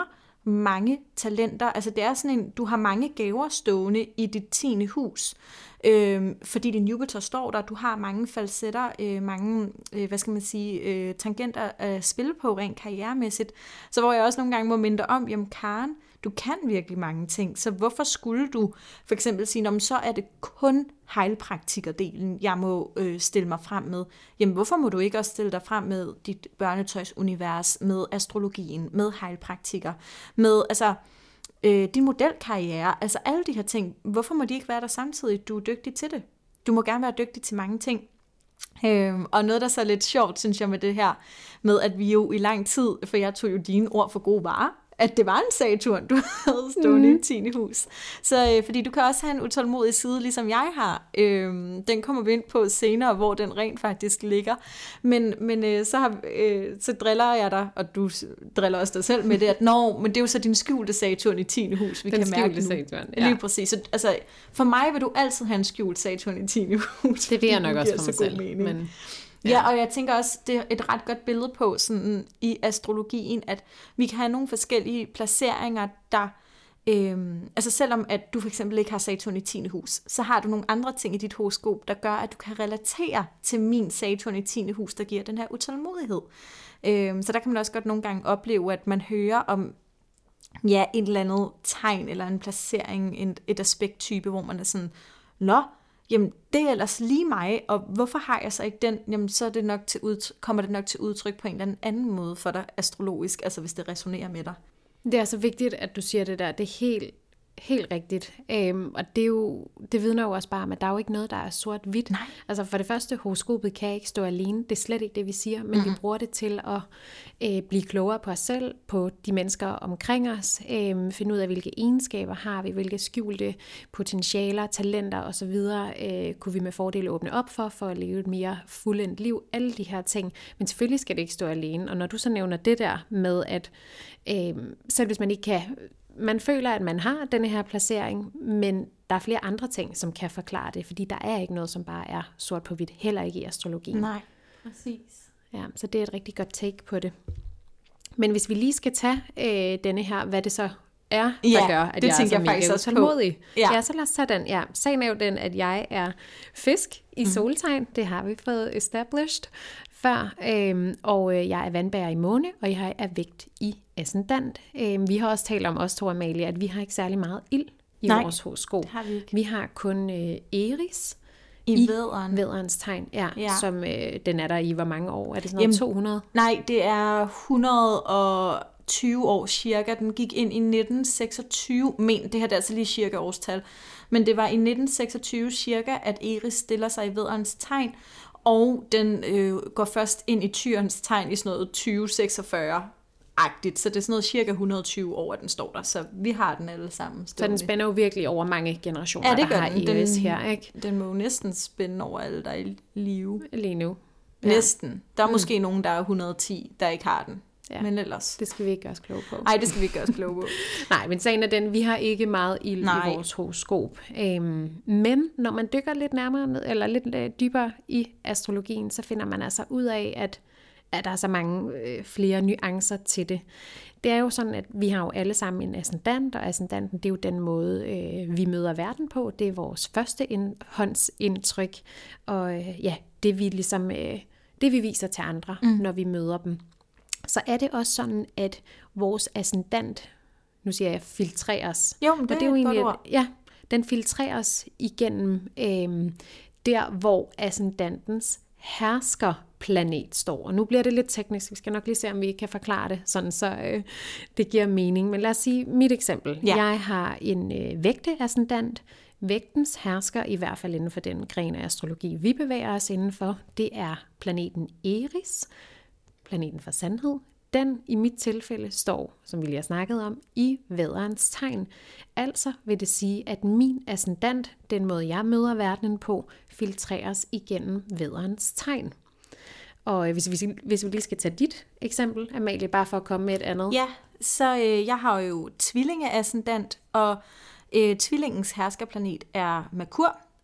mange talenter. Altså det er sådan en, du har mange gaver stående i dit tiende hus, øh, fordi din Jupiter står der. Du har mange falsetter, øh, mange, øh, hvad skal man sige, øh, tangenter at spille på rent karrieremæssigt. Så hvor jeg også nogle gange må minde dig om, jamen Karen, du kan virkelig mange ting, så hvorfor skulle du for eksempel sige, om så er det kun heilpraktikerdelen, jeg må øh, stille mig frem med. Jamen hvorfor må du ikke også stille dig frem med dit børnetøjsunivers, med astrologien, med heilpraktiker, med altså øh, din modelkarriere, altså alle de her ting. Hvorfor må de ikke være der samtidig? Du er dygtig til det. Du må gerne være dygtig til mange ting. Øhm, og noget, der så er lidt sjovt, synes jeg, med det her, med at vi jo i lang tid, for jeg tog jo dine ord for gode varer, at det var en Saturn, du havde stående mm. i tiende hus. Så øh, fordi du kan også have en utålmodig side, ligesom jeg har. Øhm, den kommer vi ind på senere, hvor den rent faktisk ligger. Men, men øh, så, har, øh, så driller jeg dig, og du driller også dig selv med det, at nå, men det er jo så din skjulte Saturn i tiende hus, vi den kan mærke nu. Saturn, ja. Lige præcis. Så, altså, for mig vil du altid have en skjult Saturn i tiende hus. Det vil jeg nok også for mig selv. Men... Ja. ja, og jeg tænker også, det er et ret godt billede på sådan, i astrologien, at vi kan have nogle forskellige placeringer, der, øhm, altså selvom at du for eksempel ikke har Saturn i tiende hus, så har du nogle andre ting i dit horoskop, der gør, at du kan relatere til min Saturn i tiende hus, der giver den her utålmodighed. Øhm, så der kan man også godt nogle gange opleve, at man hører om ja, et eller andet tegn, eller en placering, en, et aspekttype, hvor man er sådan, nå, jamen det er ellers lige mig, og hvorfor har jeg så ikke den, jamen så er det nok til udtryk, kommer det nok til udtryk på en eller anden måde for dig astrologisk, altså hvis det resonerer med dig. Det er så vigtigt, at du siger det der, det er helt, helt rigtigt, øhm, og det, er jo, det vidner jo også bare om, at der er jo ikke noget, der er sort-hvidt. Nej. Altså for det første, horoskopet kan ikke stå alene, det er slet ikke det, vi siger, men mm-hmm. vi bruger det til at øh, blive klogere på os selv, på de mennesker omkring os, øh, finde ud af, hvilke egenskaber har vi, hvilke skjulte potentialer, talenter osv. Øh, kunne vi med fordel åbne op for, for at leve et mere fuldendt liv, alle de her ting. Men selvfølgelig skal det ikke stå alene, og når du så nævner det der med, at øh, selv hvis man ikke kan... Man føler, at man har denne her placering, men der er flere andre ting, som kan forklare det, fordi der er ikke noget, som bare er sort på hvidt, heller ikke i astrologien. Nej, præcis. Ja, så det er et rigtig godt take på det. Men hvis vi lige skal tage øh, denne her, hvad det så er, der ja, gør, at det jeg er så jeg mega utålmodig. Ja. ja, så lad os tage den. Ja, sagen er jo den, at jeg er fisk i soltegn. Det har vi fået established før. Øhm, og øh, jeg er vandbærer i måne, og jeg er vægt i ascendant. Øhm, vi har også talt om os to, Amalie, at vi har ikke særlig meget ild i Nej, vores horoskop. har vi ikke. Vi har kun øh, Eris i, i vædderen. vædderens tegn, ja, ja. som øh, den er der i hvor mange år? Er det sådan noget Jamen, to hundrede? Nej, det er et hundrede og tyve år cirka. Den gik ind i nitten seksogtyve, men det her det er altså lige cirka årstal, men det var i nitten seksogtyve cirka, at Eris stiller sig i vædderens tegn, og den øh, går først ind i tyrens tegn i sådan noget tyve seksogfyrre-agtigt, så det er sådan noget cirka et hundrede og tyve år, at den står der, så vi har den alle sammen stående. Så den spænder jo virkelig over mange generationer, ja, det der har den. Eris den, her, ikke? Den må jo næsten spænde over alle, der er i live. Lige nu. Ja. Næsten. Der er mm. måske nogen, der er et hundrede og ti, der ikke har den. Ja, men ellers. Det skal vi ikke gøre os kloge på. Nej, det skal vi ikke gøre os kloge på. Nej, men sagen er den, vi har ikke meget ild Nej. i vores horoskop. Øhm, men når man dykker lidt nærmere ned, eller lidt øh, dybere i astrologien, så finder man altså ud af, at, at der er så mange øh, flere nuancer til det. Det er jo sådan, at vi har jo alle sammen en ascendant, og ascendanten, det er jo den måde, øh, vi møder verden på. Det er vores første håndsindtryk, og øh, ja, det vi ligesom, øh, det vi viser til andre, mm. når vi møder dem. Så er det også sådan, at vores ascendant, nu siger jeg, filtreres. Jo, men det, og det er jo egentlig, et, ja, den filtreres igennem øh, der, hvor ascendantens herskerplanet står. Og nu bliver det lidt teknisk, vi skal nok lige se, om vi kan forklare det, sådan så øh, det giver mening. Men lad os sige mit eksempel. Ja. Jeg har en øh, vægte-ascendant. Vægtens hersker, i hvert fald inden for den gren af astrologi, vi bevæger os indenfor, det er planeten Eris, planeten for sandhed. Den i mit tilfælde står, som vi lige har snakket om, i vædderens tegn. Altså vil det sige, at min ascendant, den måde jeg møder verdenen på, filtreres igennem vædderens tegn. Og hvis vi, hvis vi lige skal tage dit eksempel, Amalie, bare for at komme med et andet. Ja, så øh, jeg har jo tvillingeascendant, og øh, tvillingens herskerplanet er Merkur,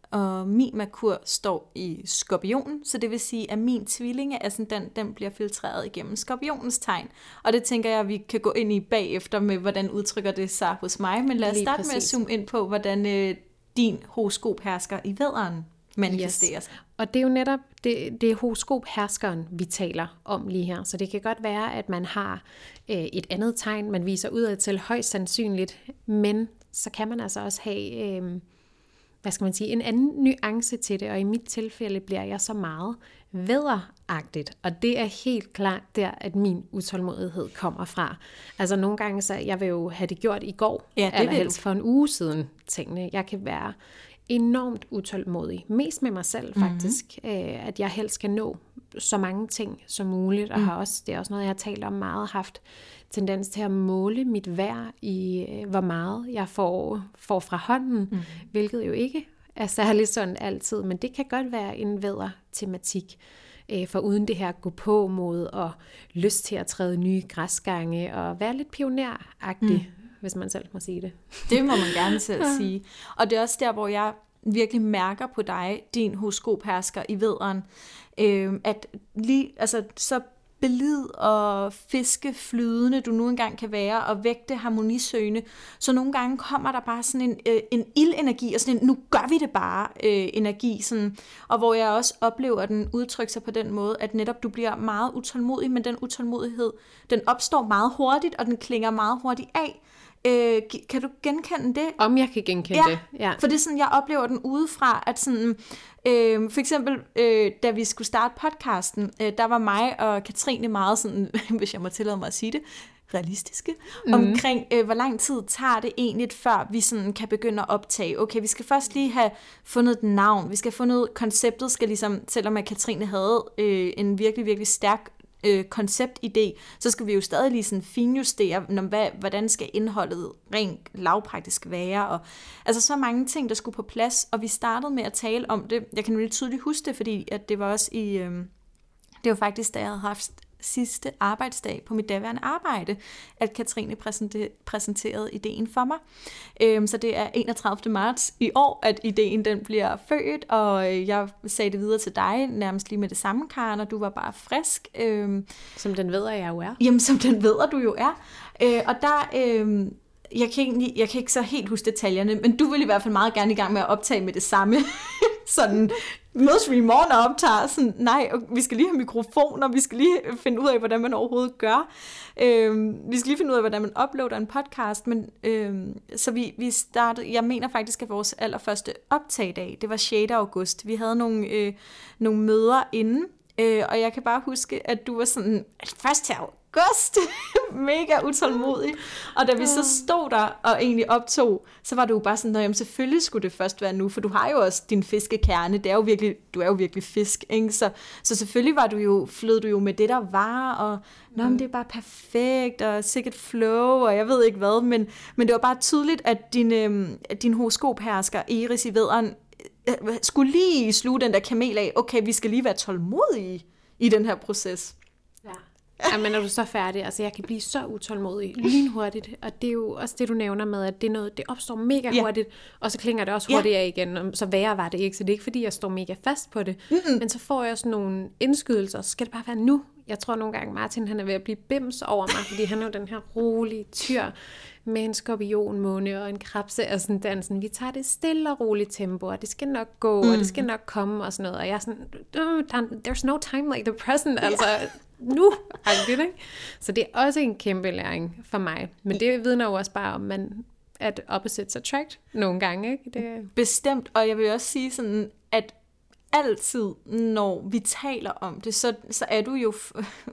og min Merkur står i Skorpionen, så det vil sige, at min tvillinge, altså den, den bliver filtreret igennem Skorpionens tegn. Og det tænker jeg, at vi kan gå ind i bagefter med, hvordan udtrykker det sig hos mig. Men lad os starte med at zoome ind på, hvordan øh, din horoskophersker i vædderen manifesteres. Yes. Og det er jo netop, det, det er horoskopherskeren, vi taler om lige her. Så det kan godt være, at man har øh, et andet tegn, man viser udad til højst sandsynligt, men så kan man altså også have, øh, hvad skal man sige, en anden nuance til det, og i mit tilfælde bliver jeg så meget vædderagtigt, og det er helt klart der, at min utålmodighed kommer fra. Altså nogle gange, så jeg vil jo have det gjort i går, ja, eller helst for en uge siden, tingene. Jeg kan være enormt utålmodig, mest med mig selv faktisk, mm-hmm. øh, at jeg helst skal nå så mange ting som muligt, og mm. har også, det er også noget, jeg har talt om meget, haft tendens til at måle mit værd i, øh, hvor meget jeg får, får fra hånden, mm. hvilket jo ikke er særlig sådan altid, men det kan godt være en vædder-tematik, øh, for uden det her gå på mod og lyst til at træde nye græsgange, og være lidt pioneragtig, mm. hvis man selv må sige det. Det må man gerne selv sige. Og det er også der, hvor jeg virkelig mærker på dig, din horoskophersker i vædderen, øh, at lige, altså, så belid og fiskeflydende du nu engang kan være, og vægte harmonisøgende, så nogle gange kommer der bare sådan en, øh, en ildenergi, og sådan en, nu gør vi det bare, øh, energi, sådan, og hvor jeg også oplever, at den udtrykker sig på den måde, at netop du bliver meget utålmodig, men den utålmodighed, den opstår meget hurtigt, og den klinger meget hurtigt af. Øh, kan du genkende det? Om jeg kan genkende ja, det, ja. For det er sådan, jeg oplever den udefra, at sådan, øh, for eksempel, øh, da vi skulle starte podcasten, øh, der var mig og Katrine meget sådan, hvis jeg må tillade mig at sige det, realistiske, mm. omkring, øh, hvor lang tid tager det egentlig, før vi sådan kan begynde at optage. Okay, vi skal først lige have fundet et navn, vi skal have fundet, konceptet skal ligesom, selvom at Katrine havde øh, en virkelig, virkelig stærk Øh, konceptidé, så skal vi jo stadig lige sådan finjustere, når, hvad, hvordan skal indholdet rent lavpraktisk være, og altså så mange ting, der skulle på plads, og vi startede med at tale om det. Jeg kan nemlig tydeligt huske det, fordi at det var også i, øh, det var faktisk, da jeg havde haft sidste arbejdsdag på mit daværende arbejde, at Katrine præsenterede ideen for mig. Øhm, så det er enogtredivte marts i år, at ideen den bliver født, og jeg sagde det videre til dig, nærmest lige med det samme, Karen, og du var bare frisk. Øhm, som den ved, jeg jo er. Jamen, som den ved, du jo er. Øh, og der... Øh, Jeg kan, egentlig, jeg kan ikke så helt huske detaljerne, men du vil i hvert fald meget gerne i gang med at optage med det samme. Sådan, mødes vi i morgen og optager, sådan, nej, vi skal lige have mikrofoner, vi skal lige finde ud af, hvordan man overhovedet gør. Øhm, vi skal lige finde ud af, hvordan man uploader en podcast, men øhm, så vi, vi startede, jeg mener faktisk, at vores allerførste optagdag, det var sjette august. Vi havde nogle, øh, nogle møder inden, øh, og jeg kan bare huske, at du var sådan, først til august, mega utålmodig, og da vi så stod der og egentlig optog, så var du jo bare sådan, jamen selvfølgelig skulle det først være nu, for du har jo også din fiskekerne, det er jo virkelig, du er jo virkelig fisk, ikke? Så, så selvfølgelig var du jo, flød du jo med det der var, og nå, men det er bare perfekt, og sikkert flow, og jeg ved ikke hvad, men, men det var bare tydeligt, at din, øh, din horoskophersker Iris i vædderen øh, skulle lige sluge den der kamel af, okay, vi skal lige være tålmodige i den her proces. Ja. Jamen er du så færdig, altså jeg kan blive så utålmodig lynhurtigt, og det er jo også det, du nævner med, at det, er noget, det opstår mega hurtigt, yeah. og så klinger det også hurtigt yeah. af igen, og så værre var det ikke, så det er ikke fordi, jeg står mega fast på det, mm-hmm. men så får jeg sådan nogle indskydelser, så skal det bare være nu. Jeg tror nogle gange, Martin han er ved at blive bims over mig, fordi han er jo den her rolige tyr, med en skorpionmåne og en krabse og sådan der, sådan, vi tager det stille og roligt tempo, og det skal nok gå, mm. og det skal nok komme og sådan noget, og jeg er sådan, there's no time like the present, altså nu, ikke? Så det er også en kæmpe læring for mig, men det vidner jo også bare om, man, at opposites attract nogle gange, ikke? Det... Bestemt, og jeg vil også sige sådan, at altid, når vi taler om det, så, så er du jo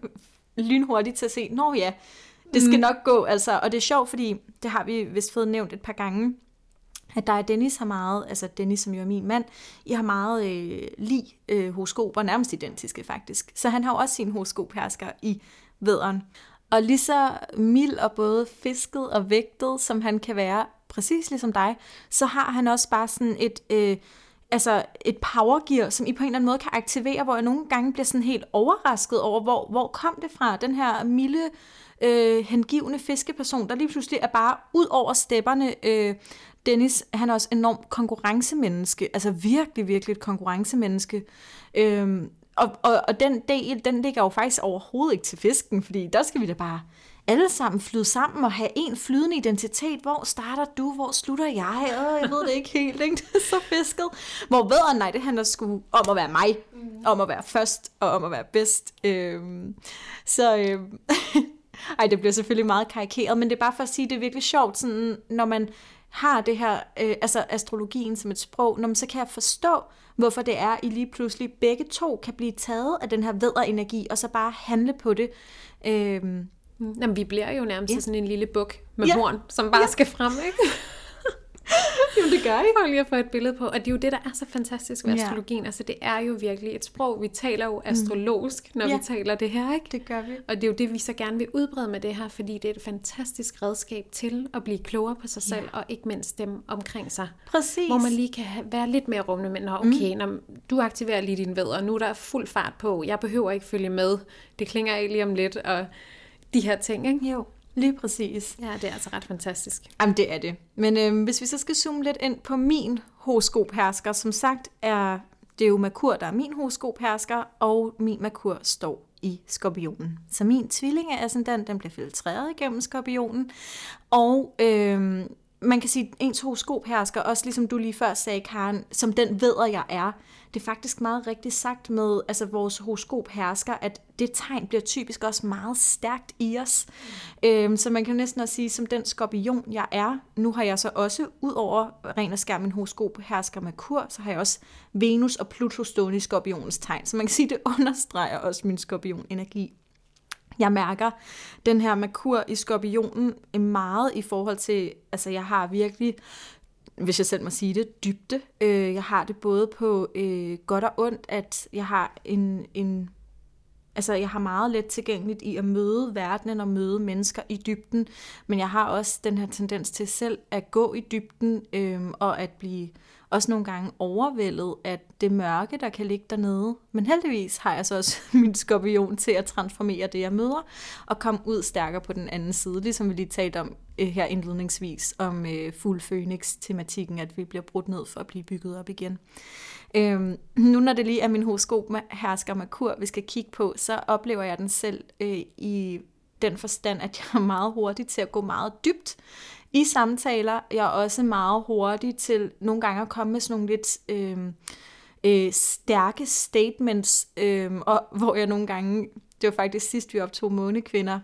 lynhurtigt til at se, nå ja, det skal mm. nok gå, altså, og det er sjovt, fordi det har vi vist fået nævnt et par gange, at der er Dennis har meget, altså Dennis, som jo er min mand, I har meget øh, lig øh, horoskoper, nærmest identiske faktisk. Så han har jo også sin horoskophersker i vædderen. Og lige så mild og både fisket og vægtet, som han kan være, præcis ligesom dig, så har han også bare sådan et... Øh, altså et powergear, som I på en eller anden måde kan aktivere, hvor jeg nogle gange bliver sådan helt overrasket over, hvor, hvor kom det fra, den her milde, øh, hengivne fiskeperson, der lige pludselig er bare ud over stepperne, øh, Dennis, han er også enormt konkurrencemenneske, altså virkelig, virkelig et konkurrencemenneske. Øhm, og, og, og den del, den ligger jo faktisk overhovedet ikke til fisken, fordi der skal vi da bare alle sammen flyde sammen og have en flydende identitet. Hvor starter du? Hvor slutter jeg? Åh, jeg ved det ikke helt, ikke? Det er så fisket. Hvor vedere, nej, det handler sgu om at være mig, mm. om at være først og om at være bedst. Øhm, så... Øhm, ej, det bliver selvfølgelig meget karikeret, men det er bare for at sige, at det er virkelig sjovt, sådan, når man har det her, øh, altså astrologien som et sprog, når man, så kan jeg forstå, hvorfor det er, I lige pludselig begge to kan blive taget af den her vædderenergi, og så bare handle på det. Øhm, Jamen, vi bliver jo nærmest ja. sådan en lille buk med ja. horn, som bare ja. skal frem, ikke? Jamen, det gør I. For lige at få et billede på. Og det er jo det, der er så fantastisk ved astrologien. Ja. Altså, det er jo virkelig et sprog. Vi taler jo astrologisk, når ja. vi taler det her, ikke? Det gør vi. Og det er jo det, vi så gerne vil udbrede med det her, fordi det er et fantastisk redskab til at blive klogere på sig selv, ja. og ikke mindst dem omkring sig. Præcis. Hvor man lige kan være lidt mere rummende, men okay, mm. når du aktiverer lige din vædder, nu er der fuld fart på, jeg behøver ikke følge med, det klinger ikke lige om lidt, og de her ting, ikke? Jo. Lige præcis. Ja, det er altså ret fantastisk. Jamen, det er det. Men øh, hvis vi så skal zoome lidt ind på min horoskophersker, som sagt er det er jo Merkur, der er min horoskophersker, og min Merkur står i Skorpionen. Så min tvilling er ascendant, den bliver filtreret igennem Skorpionen, og øh, man kan sige, at ens horoskophersker, også ligesom du lige før sagde, Karen, som den vædder jeg er, det er faktisk meget rigtigt sagt med altså vores horoskophersker, at det tegn bliver typisk også meget stærkt i os. Mm. Øhm, så man kan næsten også sige, som den skorpion jeg er, nu har jeg så også, ud over ren og skær min horoskophersker Merkur, så har jeg også Venus og Pluto stående i skorpionens tegn. Så man kan sige, det understreger også min skorpion-energi. Jeg mærker den her Merkur i Skorpionen meget i forhold til, altså jeg har virkelig, hvis jeg selv må sige det, dybde. Øh, jeg har det både på øh, godt og ondt, at jeg har en, en, altså jeg har meget let tilgængeligt i at møde verdenen og møde mennesker i dybden, men jeg har også den her tendens til selv at gå i dybden øh, og at blive også nogle gange overvældet af det mørke, der kan ligge dernede. Men heldigvis har jeg så også min skorpion til at transformere det, jeg møder, og komme ud stærkere på den anden side, ligesom vi lige talte om øh, her indledningsvis, om øh, fuld Phoenix-tematikken, at vi bliver brudt ned for at blive bygget op igen. Øhm, nu når det lige er min horoskophersker Merkur, vi skal kigge på, så oplever jeg den selv øh, i den forstand, at jeg er meget hurtig til at gå meget dybt i samtaler. Jeg er også meget hurtig til nogle gange at komme med sådan nogle lidt øh, øh, stærke statements, øh, og hvor jeg nogle gange, det var faktisk sidst vi optog Månekvinder,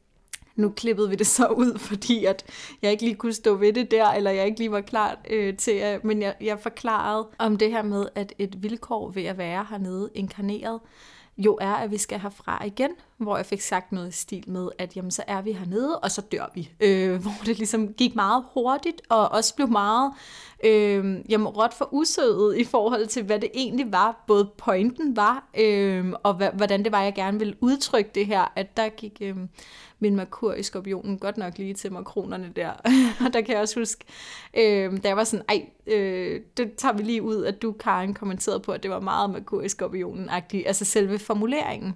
nu klippede vi det så ud, fordi at jeg ikke lige kunne stå ved det der, eller jeg ikke lige var klar øh, til at, men jeg, jeg forklarede om det her med, at et vilkår ved at være hernede inkarneret, jo er, at vi skal herfra igen, hvor jeg fik sagt noget i stil med, at jamen, så er vi hernede, og så dør vi. Øh, hvor det ligesom gik meget hurtigt, og også blev meget øh, jamen, råt for usødet i forhold til, hvad det egentlig var, både pointen var, øh, og h- hvordan det var, jeg gerne ville udtrykke det her, at der gik øh, min Merkur i Skorpionen godt nok lige til makronerne der. Og der kan jeg også huske, øh, da jeg var sådan, ej, øh, det tager vi lige ud, at du, Karen, kommenterede på, at det var meget Merkur i Skorpionen-agtigt, altså selve formuleringen.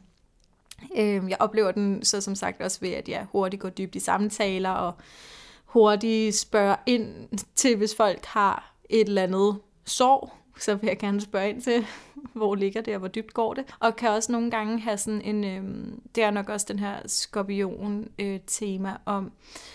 Øh, jeg oplever den så som sagt også ved, at jeg hurtigt går dybt i samtaler, og hurtigt spørger ind til, hvis folk har et eller andet sorg, så vil jeg gerne spørge ind til, hvor ligger det, og hvor dybt går det. Og kan også nogle gange have sådan en, øh, det er nok også den her skorpion-tema øh, om,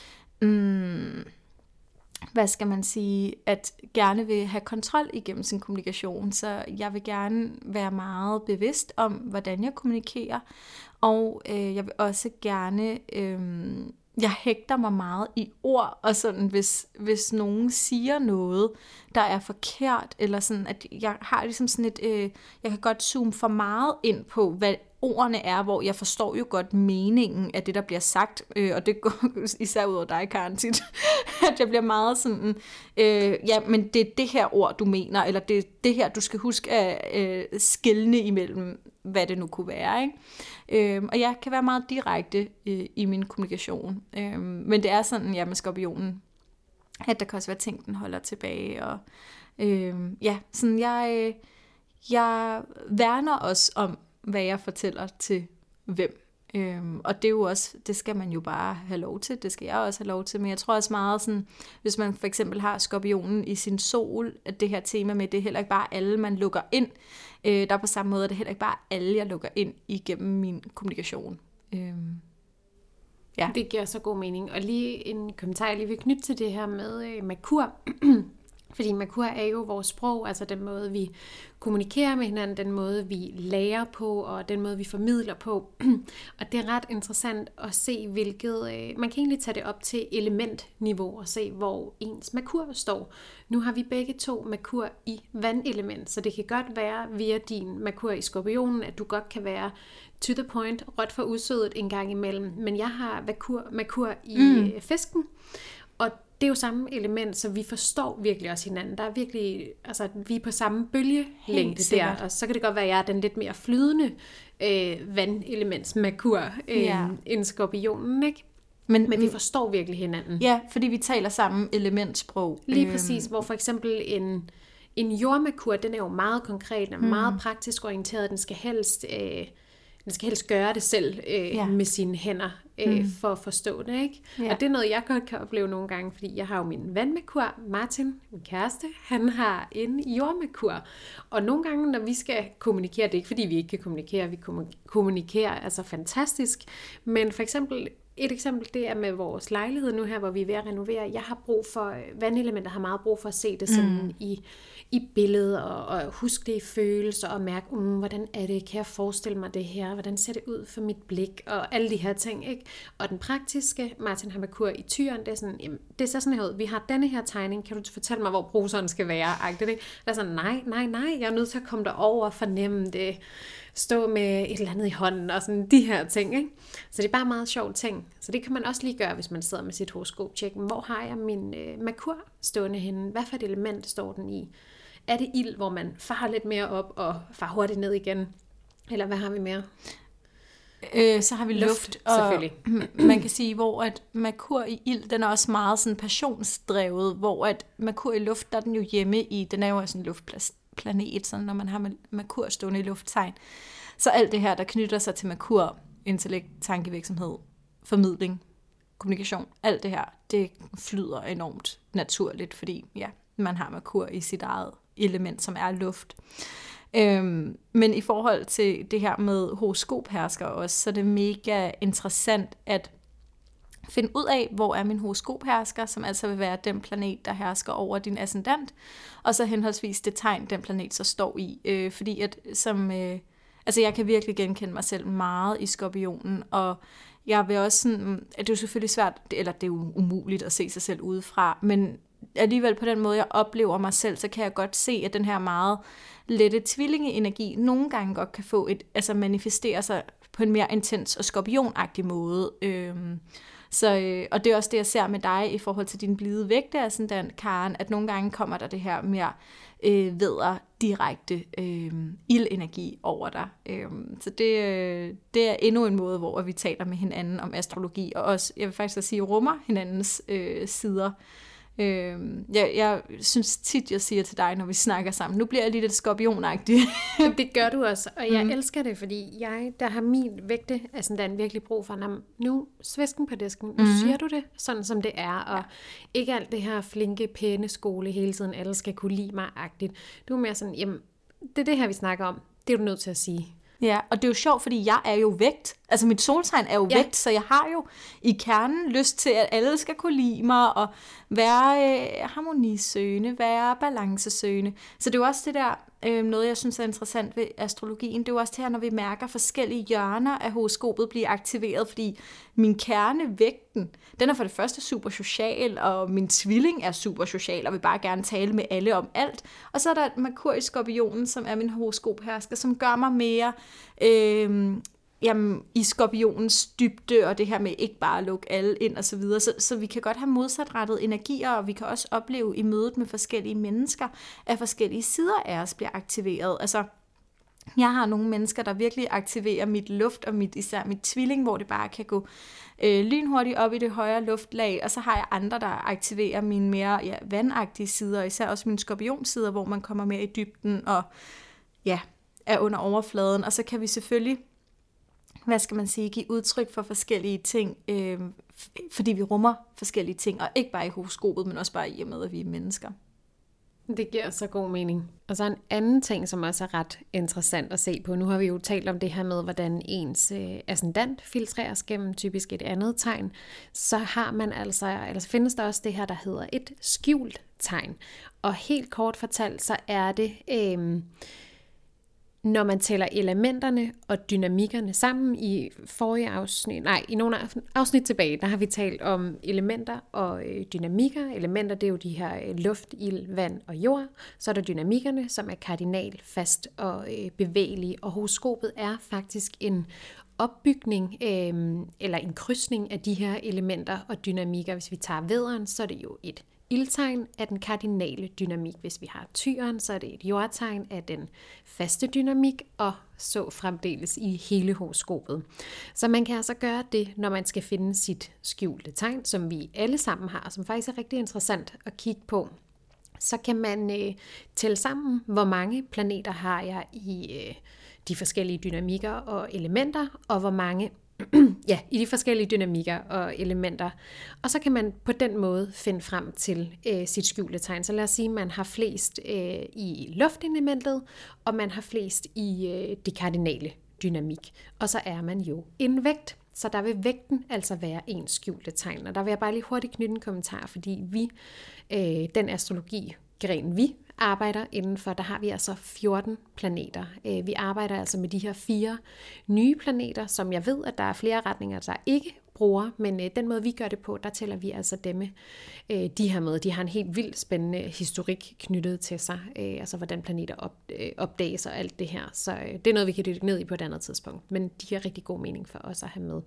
mm, hvad skal man sige, at gerne vil have kontrol igennem sin kommunikation. Så jeg vil gerne være meget bevidst om, hvordan jeg kommunikerer, og øh, jeg vil også gerne... Øh, Jeg hægter mig meget i ord, og sådan, hvis, hvis nogen siger noget, der er forkert, eller sådan, at jeg har ligesom sådan et, øh, jeg kan godt zoome for meget ind på, hvad ordene er, hvor jeg forstår jo godt meningen af det, der bliver sagt, øh, og det går især ud over dig, Karen, tit, at jeg bliver meget sådan, øh, ja, men det er det her ord, du mener, eller det er det her, du skal huske at øh, skelne imellem, hvad det nu kunne være, ikke? Øhm, og jeg kan være meget direkte øh, i min kommunikation. Øhm, men det er sådan, ja, med skorpionen, at der kan også være ting, den holder tilbage. Og øh, ja, sådan jeg, jeg værner også om, hvad jeg fortæller til hvem. Øhm, og det er jo også, det skal man jo bare have lov til, det skal jeg også have lov til, men jeg tror også meget sådan, hvis man for eksempel har skorpionen i sin sol, at det her tema med, det er heller ikke bare alle, man lukker ind, øh, der er på samme måde, at det er heller ikke bare alle, jeg lukker ind igennem min kommunikation. Øhm, ja. Det giver så god mening, og lige en kommentar, jeg lige vil knytte til det her med øh, Merkur. Fordi Merkur er jo vores sprog, altså den måde, vi kommunikerer med hinanden, den måde, vi lærer på, og den måde, vi formidler på. Og det er ret interessant at se, hvilket... Øh, man kan egentlig tage det op til elementniveau og se, hvor ens Merkur står. Nu har vi begge to Merkur i vandelement, så det kan godt være via din Merkur i Skorpionen, at du godt kan være to the point, råt for usødet en gang imellem. Men jeg har Merkur, Merkur i mm. fisken, og det er jo samme element, så vi forstår virkelig også hinanden. Der er virkelig, altså vi er på samme bølgelængde der, og så kan det godt være, at jeg er den lidt mere flydende øh, vandelements Merkur øh, ja. end Skorpionen, ikke? Men, Men vi forstår virkelig hinanden. Ja, fordi vi taler samme elementsprog. Lige præcis, hvor for eksempel en, en jordmerkur, den er jo meget konkret, den er mm. meget praktisk orienteret, den skal helst... Øh, Den skal helst gøre det selv øh, ja. med sine hænder, øh, mm. for at forstå det, ikke? Ja. Og det er noget, jeg godt kan opleve nogle gange, fordi jeg har jo min vandmerkur, Martin, min kæreste, han har en jordmerkur. Og nogle gange, når vi skal kommunikere, det er ikke fordi, vi ikke kan kommunikere, vi kommunikerer altså fantastisk, men for eksempel... Et eksempel, det er med vores lejlighed nu her, hvor vi er ved at renovere. Jeg har brug for, vandelementer har meget brug for at se det sådan mm. i, i billedet, og, og huske det i følelser, og mærke, um, hvordan er det, kan jeg forestille mig det her, hvordan ser det ud for mit blik, og alle de her ting, ikke? Og den praktiske, Martin har Merkur i tyren, det er sådan, jamen, det ser sådan her ud, vi har denne her tegning, kan du fortælle mig, hvor bruseren skal være? Agtigt, ikke? Der er sådan, nej, nej, nej, jeg er nødt til at komme derover og fornemme det, stå med et eller andet i hånden, og sådan de her ting, ikke? Så det er bare meget sjovt ting. Så det kan man også lige gøre, hvis man sidder med sit horoskop-tjek. Hvor har jeg min øh, Merkur stående henne? Hvad for et element står den i? Er det ild, hvor man farer lidt mere op og farer hurtigt ned igen? Eller hvad har vi mere? Øh, så har vi luft, luft og selvfølgelig. Man kan sige, hvor at Merkur i ild, den er også meget sådan passionsdrevet, hvor at Merkur i luft, der er den jo hjemme i, den er jo også en luftplanet, sådan når man har Merkur stående i lufttegn. Så alt det her, der knytter sig til Merkur, intellekt, tankevirksomhed, formidling, kommunikation, alt det her, det flyder enormt naturligt, fordi ja, man har Merkur i sit eget element, som er luft. Øhm, men i forhold til det her med horoskophersker også, så er det mega interessant at finde ud af, hvor er min horoskophersker, som altså vil være den planet, der hersker over din ascendant, og så henholdsvis det tegn, den planet så står i. Øh, fordi at som... Øh, altså jeg kan virkelig genkende mig selv meget i Skorpionen, og jeg vil også sådan, at det er jo selvfølgelig svært, eller det er jo umuligt at se sig selv udefra, men alligevel på den måde, jeg oplever mig selv, så kan jeg godt se, at den her meget lette tvillingeenergi nogle gange godt kan få et, altså manifestere sig på en mere intens og skorpionagtig måde. Øhm, så, øh, og det er også det, jeg ser med dig i forhold til din blide vægte af sådan den, Karen, at nogle gange kommer der det her mere øh, vædder direkte øh, ildenergi over dig. Øh, så det, øh, det er endnu en måde, hvor vi taler med hinanden om astrologi, og også, jeg vil faktisk også sige, rummer hinandens øh, sider. Øh, jeg, jeg synes tit, jeg siger til dig, når vi snakker sammen, nu bliver jeg lidt skorpionagtig. Det gør du også, og jeg mm. elsker det, fordi jeg, der har min vægte, altså der er virkelig brug for, nu svæsken på disken, nu mm. siger du det, sådan som det er, og ja. Ikke alt det her flinke, pæne skole hele tiden, alle skal kunne lide mig-agtigt. Du er mere sådan, jamen, det er det her, vi snakker om, det er du nødt til at sige. Ja, og det er jo sjovt, fordi jeg er jo vægt. Altså mit soltegn er jo ja. vægt, så jeg har jo i kernen lyst til, at alle skal kunne lide mig, og være øh, harmonisøgende, være balancesøgende. Så det er jo også det der, øh, noget jeg synes er interessant ved astrologien, det er jo også det her, når vi mærker forskellige hjørner af horoskopet blive aktiveret, fordi min kerne, vægten, den er for det første super social, og min tvilling er super social, og vil bare gerne tale med alle om alt. Og så er der Merkur i Skorpionen, som er min horoskophersker, som gør mig mere øh, jamen, i skorpionens dybde, og det her med ikke bare at lukke alle ind og så videre. Så, så vi kan godt have modsatrettede energier, og vi kan også opleve i mødet med forskellige mennesker, at forskellige sider af os bliver aktiveret. Altså, jeg har nogle mennesker, der virkelig aktiverer mit luft, og mit, især mit tvilling, hvor det bare kan gå øh, lynhurtigt op i det højere luftlag, og så har jeg andre, der aktiverer mine mere ja, vandagtige sider, især også mine skorpionsider, hvor man kommer mere i dybden, og ja, er under overfladen, og så kan vi selvfølgelig hvad skal man sige, give udtryk for forskellige ting, øh, fordi vi rummer forskellige ting, og ikke bare i horoskopet, men også bare i og med, at vi er mennesker. Det giver så god mening. Og så en anden ting, som også er ret interessant at se på. Nu har vi jo talt om det her med, hvordan ens øh, ascendant filtreres gennem typisk et andet tegn. Så har man altså, eller så findes der også det her, der hedder et skjult tegn. Og helt kort fortalt, så er det, øh, når man tæller elementerne og dynamikkerne sammen i forrige afsnit, nej, i nogle afsnit tilbage, der har vi talt om elementer og øh, dynamikker. Elementer, det er jo de her øh, luft, ild, vand og jord. Så er der dynamikkerne, som er kardinal, fast og øh, bevægelige. Og horoskopet er faktisk en opbygning øh, eller en krydsning af de her elementer og dynamikker. Hvis vi tager vædderen, så er det jo et ildtegn af den kardinale dynamik. Hvis vi har tyren, så er det et jordtegn af den faste dynamik, og så fremdeles i hele horoskopet. Så man kan altså gøre det, når man skal finde sit skjulte tegn, som vi alle sammen har, som faktisk er rigtig interessant at kigge på. Så kan man øh, tælle sammen, hvor mange planeter har jeg i øh, de forskellige dynamikker og elementer, og hvor mange ja, i de forskellige dynamikker og elementer. Og så kan man på den måde finde frem til øh, sit skjulte tegn. Så lad os sige, at man har flest øh, i luftelementet, og man har flest i øh, det kardinale dynamik. Og så er man jo en vægt. Så der vil vægten altså være ens skjulte tegn. Og der vil jeg bare lige hurtigt knytte en kommentar, fordi vi, øh, den astrologi-gren vi arbejder indenfor, der har vi altså fjorten planeter. Vi arbejder altså med de her fire nye planeter, som jeg ved, at der er flere retninger, der ikke bruger, men den måde, vi gør det på, der tæller vi altså dem, de her med. De har en helt vildt spændende historik knyttet til sig, altså hvordan planeter op, opdages og alt det her. Så det er noget, vi kan dykke ned i på et andet tidspunkt, men de giver rigtig god mening for os at have med.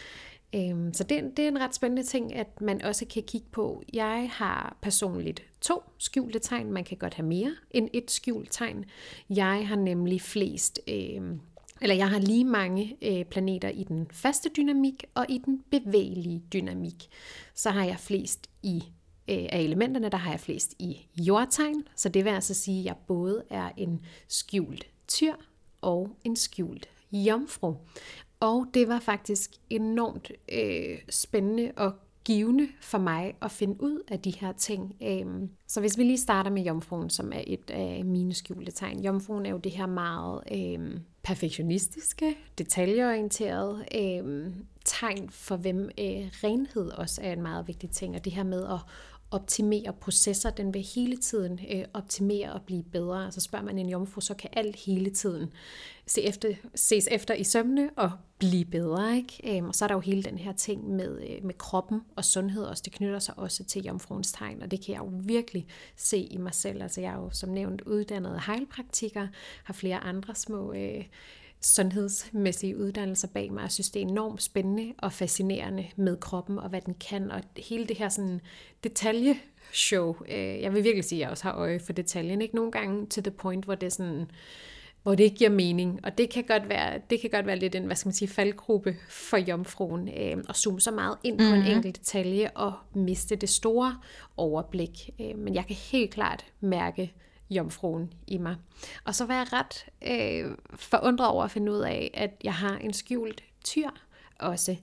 Så det, det er en ret spændende ting, at man også kan kigge på. Jeg har personligt to skjulte tegn. Man kan godt have mere end et skjult tegn. Jeg har nemlig flest, øh, eller jeg har lige mange øh, planeter i den faste dynamik og i den bevægelige dynamik. Så har jeg flest i øh, af elementerne, der har jeg flest i jordtegn. Så det vil altså sige, at jeg både er en skjult tyr og en skjult jomfru. Og det var faktisk enormt øh, spændende og givende for mig at finde ud af de her ting. Så hvis vi lige starter med jomfruen, som er et af mine skjulte tegn. Jomfruen er jo det her meget øh, perfektionistiske, detaljeorienterede øh, tegn, for hvem øh, renhed også er en meget vigtig ting. Og det her med at optimere processer, den vil hele tiden øh, optimere og blive bedre. Så spørger man en jomfru, så kan alt hele tiden se efter, ses efter i sømne og blive bedre. Ikke? Øhm, og så er der jo hele den her ting med, øh, med kroppen og sundhed også. Det knytter sig også til jomfruens tegn, og det kan jeg jo virkelig se i mig selv. Altså jeg er jo som nævnt uddannet heilpraktiker, har flere andre små øh, sundhedsmæssige uddannelser bag mig, og synes, det er enormt spændende og fascinerende med kroppen, og hvad den kan, og hele det her sådan detaljeshow. Jeg vil virkelig sige, at jeg også har øje for detaljen, ikke? Nogle gange to the point, hvor det er sådan, hvor det ikke giver mening, og det kan godt være, det kan godt være lidt en, hvad skal man sige, faldgruppe for jomfruen, øh, at zoome så meget ind på mm-hmm. en enkelt detalje, og miste det store overblik. Øh, men jeg kan helt klart mærke jomfruen i mig. Og så var jeg ret øh, forundret over at finde ud af, at jeg har en skjult tyr også.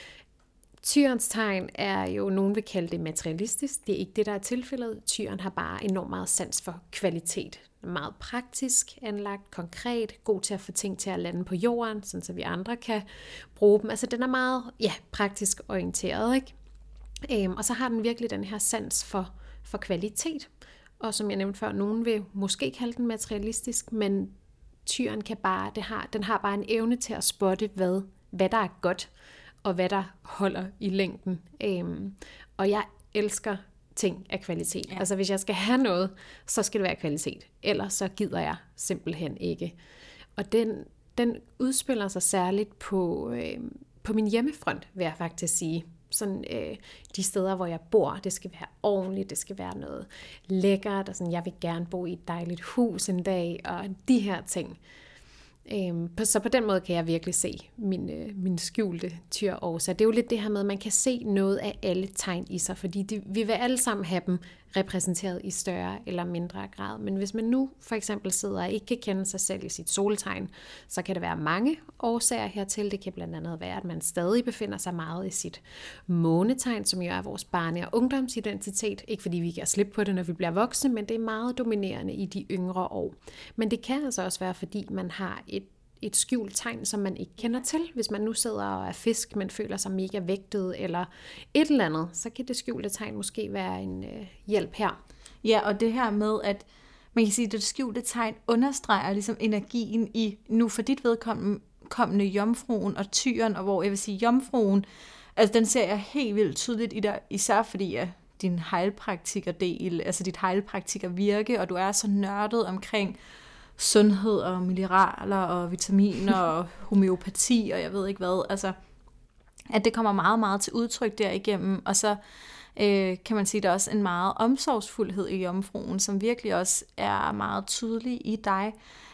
Tyrens tegn er jo, nogen vil kalde det materialistisk. Det er ikke det, der er tilfældet. Tyren har bare enormt meget sans for kvalitet. Meget praktisk anlagt, konkret, god til at få ting til at lande på jorden, sådan så vi andre kan bruge dem. Altså den er meget ja, praktisk orienteret, ikke? Øhm, og så har den virkelig den her sans for, for kvalitet. Og som jeg nævnte før, nogen vil måske kalde den materialistisk, men tyren kan bare, det har, den har bare en evne til at spotte, hvad, hvad der er godt, og hvad der holder i længden. Øhm, og jeg elsker ting af kvalitet. Ja. Altså hvis jeg skal have noget, så skal det være kvalitet. Ellers så gider jeg simpelthen ikke. Og den, den udspiller sig særligt på, øh, på min hjemmefront, vil jeg faktisk sige. Sådan, øh, de steder, hvor jeg bor, det skal være ordentligt, det skal være noget lækkert, og sådan, jeg vil gerne bo i et dejligt hus en dag, og de her ting. Øhm, så på den måde kan jeg virkelig se min, øh, min skjulte tyr også. Det er jo lidt det her med, at man kan se noget af alle tegn i sig, fordi de, vi vil alle sammen have dem repræsenteret i større eller mindre grad. Men hvis man nu for eksempel sidder og ikke kan kende sig selv i sit soltegn, så kan det være mange årsager hertil. Det kan blandt andet være, at man stadig befinder sig meget i sit månetegn, som jo er vores barne- og ungdomsidentitet. Ikke fordi vi kan slippe på det, når vi bliver voksne, men det er meget dominerende i de yngre år. Men det kan altså også være, fordi man har et et skjult tegn, som man ikke kender til. Hvis man nu sidder og er fisk, men føler sig mega vægtet, eller et eller andet, så kan det skjulte tegn måske være en øh, hjælp her. Ja, og det her med, at man kan sige, at det skjulte tegn understreger ligesom energien i, nu for dit vedkommende, jomfruen og tyren, og hvor jeg vil sige, jomfruen, altså den ser jeg helt vildt tydeligt i dig, især fordi at din heilpraktikerdel, altså dit heilpraktikervirke, og du er så nørdet omkring sundhed og mineraler og vitaminer og homeopati og jeg ved ikke hvad, altså at det kommer meget, meget til udtryk derigennem, og så øh, kan man sige, der er også en meget omsorgsfuldhed i jomfruen, som virkelig også er meget tydelig i dig,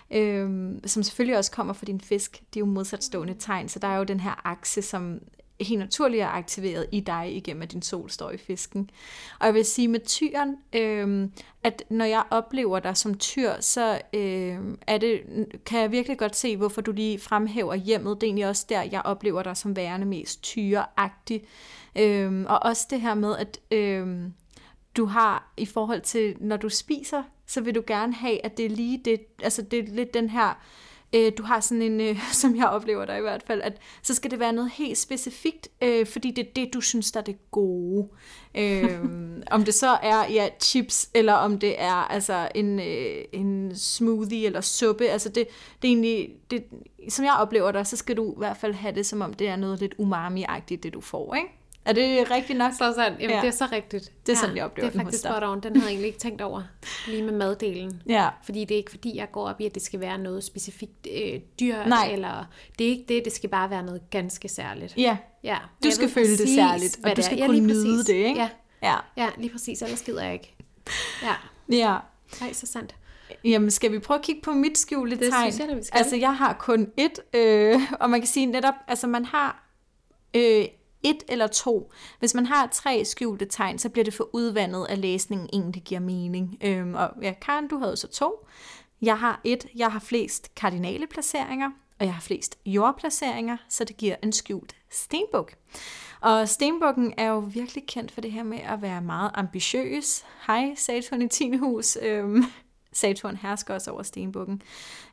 øh, som selvfølgelig også kommer fra din fisk. Det er jo modsatstående tegn, så der er jo den her akse, som helt naturligt er aktiveret i dig igennem, at din sol står i fisken. Og jeg vil sige med tyren, øh, at når jeg oplever dig som tyr, så øh, er det, kan jeg virkelig godt se, hvorfor du lige fremhæver hjemmet. Det er egentlig også der, jeg oplever dig som værende mest tyreagtig. Øh, og også det her med, at øh, du har i forhold til, når du spiser, så vil du gerne have, at det er lige det, altså det er lidt den her, øh, du har sådan en, øh, som jeg oplever dig i hvert fald, at så skal det være noget helt specifikt, øh, fordi det er det, du synes, der er det gode. Øh, om det så er ja, chips, eller om det er altså en, øh, en smoothie eller suppe, altså det, det er egentlig, det, som jeg oplever dig, så skal du i hvert fald have det, som om det er noget lidt umami-agtigt, det du får, ikke? Er det rigtigt nok? Så sådan, jamen, ja. Det er så rigtigt. Det er sådan, jeg oplever den. Det er faktisk spot on. Den havde jeg egentlig ikke tænkt over, lige med maddelen. Ja. Fordi det er ikke fordi, jeg går op i, at det skal være noget specifikt øh, dyr, Nej. Eller det er ikke det, det skal bare være noget ganske særligt. Ja, ja. du jeg skal føle præcis, det særligt, og du skal ja, kunne nyde det, ikke? Ja. Ja. ja, lige præcis, ellers gider jeg ikke. Ja. Ja. Nej, så sandt. Jamen, skal vi prøve at kigge på mit skjulte det tegn? Det synes jeg, vi skal. Altså, jeg har kun et, øh, og man kan sige netop, altså man har øh, et eller to. Hvis man har tre skjulte tegn, så bliver det for udvandet, at læsningen egentlig giver mening. Øhm, og ja, Karen, du havde så to. Jeg har et. Jeg har flest kardinale placeringer, og jeg har flest jordplaceringer, så det giver en skjult stenbuk. Og stenbukken er jo virkelig kendt for det her med at være meget ambitiøs. Hej, Saturn i tiende hus. Øhm, Saturn hersker også over stenbukken.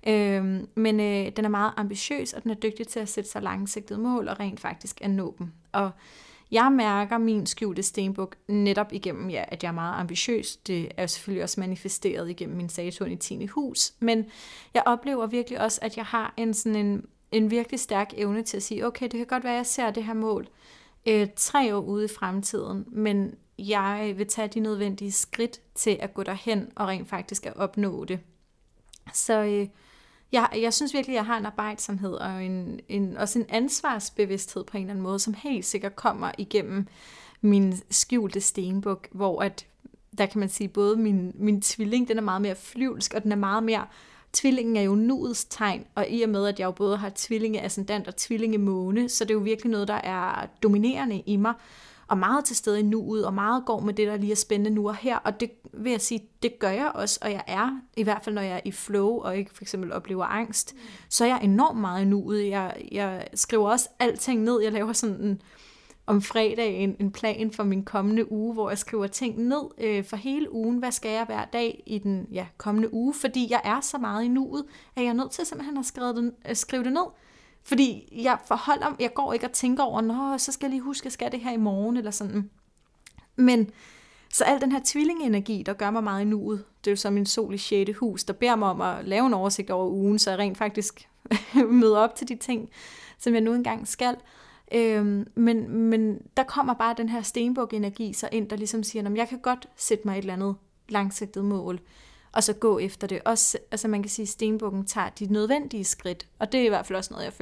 Øhm, men øh, den er meget ambitiøs, og den er dygtig til at sætte sig langsigtede mål, og rent faktisk at nå dem. Og jeg mærker min skjulte stenbuk netop igennem, ja, at jeg er meget ambitiøs. Det er selvfølgelig også manifesteret igennem min Saturn i tiende hus. Men jeg oplever virkelig også, at jeg har en, sådan en, en virkelig stærk evne til at sige, okay, det kan godt være, at jeg ser det her mål øh, tre år ude i fremtiden, men jeg vil tage de nødvendige skridt til at gå derhen og rent faktisk at opnå det. Så øh, jeg, jeg synes virkelig, at jeg har en arbejdsomhed og en, en, også en ansvarsbevidsthed på en eller anden måde, som helt sikkert kommer igennem min skjulte stenbuk, hvor at, der kan man sige, både min, min tvilling, den er meget mere flyvsk, og den er meget mere, tvillingen er jo nuets tegn, og i og med, at jeg jo både har tvillinge ascendant og tvillinge måne, så det er jo virkelig noget, der er dominerende i mig, og meget til stede i nuet, og meget går med det, der lige er spændende nu og her, og det vil jeg sige, det gør jeg også, og jeg er, i hvert fald når jeg er i flow, og ikke for eksempel oplever angst, mm. så er jeg enormt meget i nuet. Jeg, jeg skriver også alting ned, jeg laver sådan en, om fredagen en plan for min kommende uge, hvor jeg skriver ting ned øh, for hele ugen, hvad skal jeg hver dag i den ja, kommende uge, fordi jeg er så meget i nuet, at jeg er nødt til simpelthen at skrive det, øh, skrive det ned. Fordi jeg forholder, jeg går ikke og tænker over, nå, så skal jeg lige huske, at jeg skal det her i morgen, eller sådan. Men så al den her tvillingenergi, der gør mig meget i nuet, det er jo så min sol i sjette hus, der beder mig om at lave en oversigt over ugen, så jeg rent faktisk møder op til de ting, som jeg nu engang skal. Øhm, men, men der kommer bare den her stenbuk-energi så ind, der ligesom siger, at jeg kan godt sætte mig et eller andet langsigtet mål, og så gå efter det. Også, altså man kan sige, at stenbukken tager de nødvendige skridt, og det er i hvert fald også noget, jeg føler,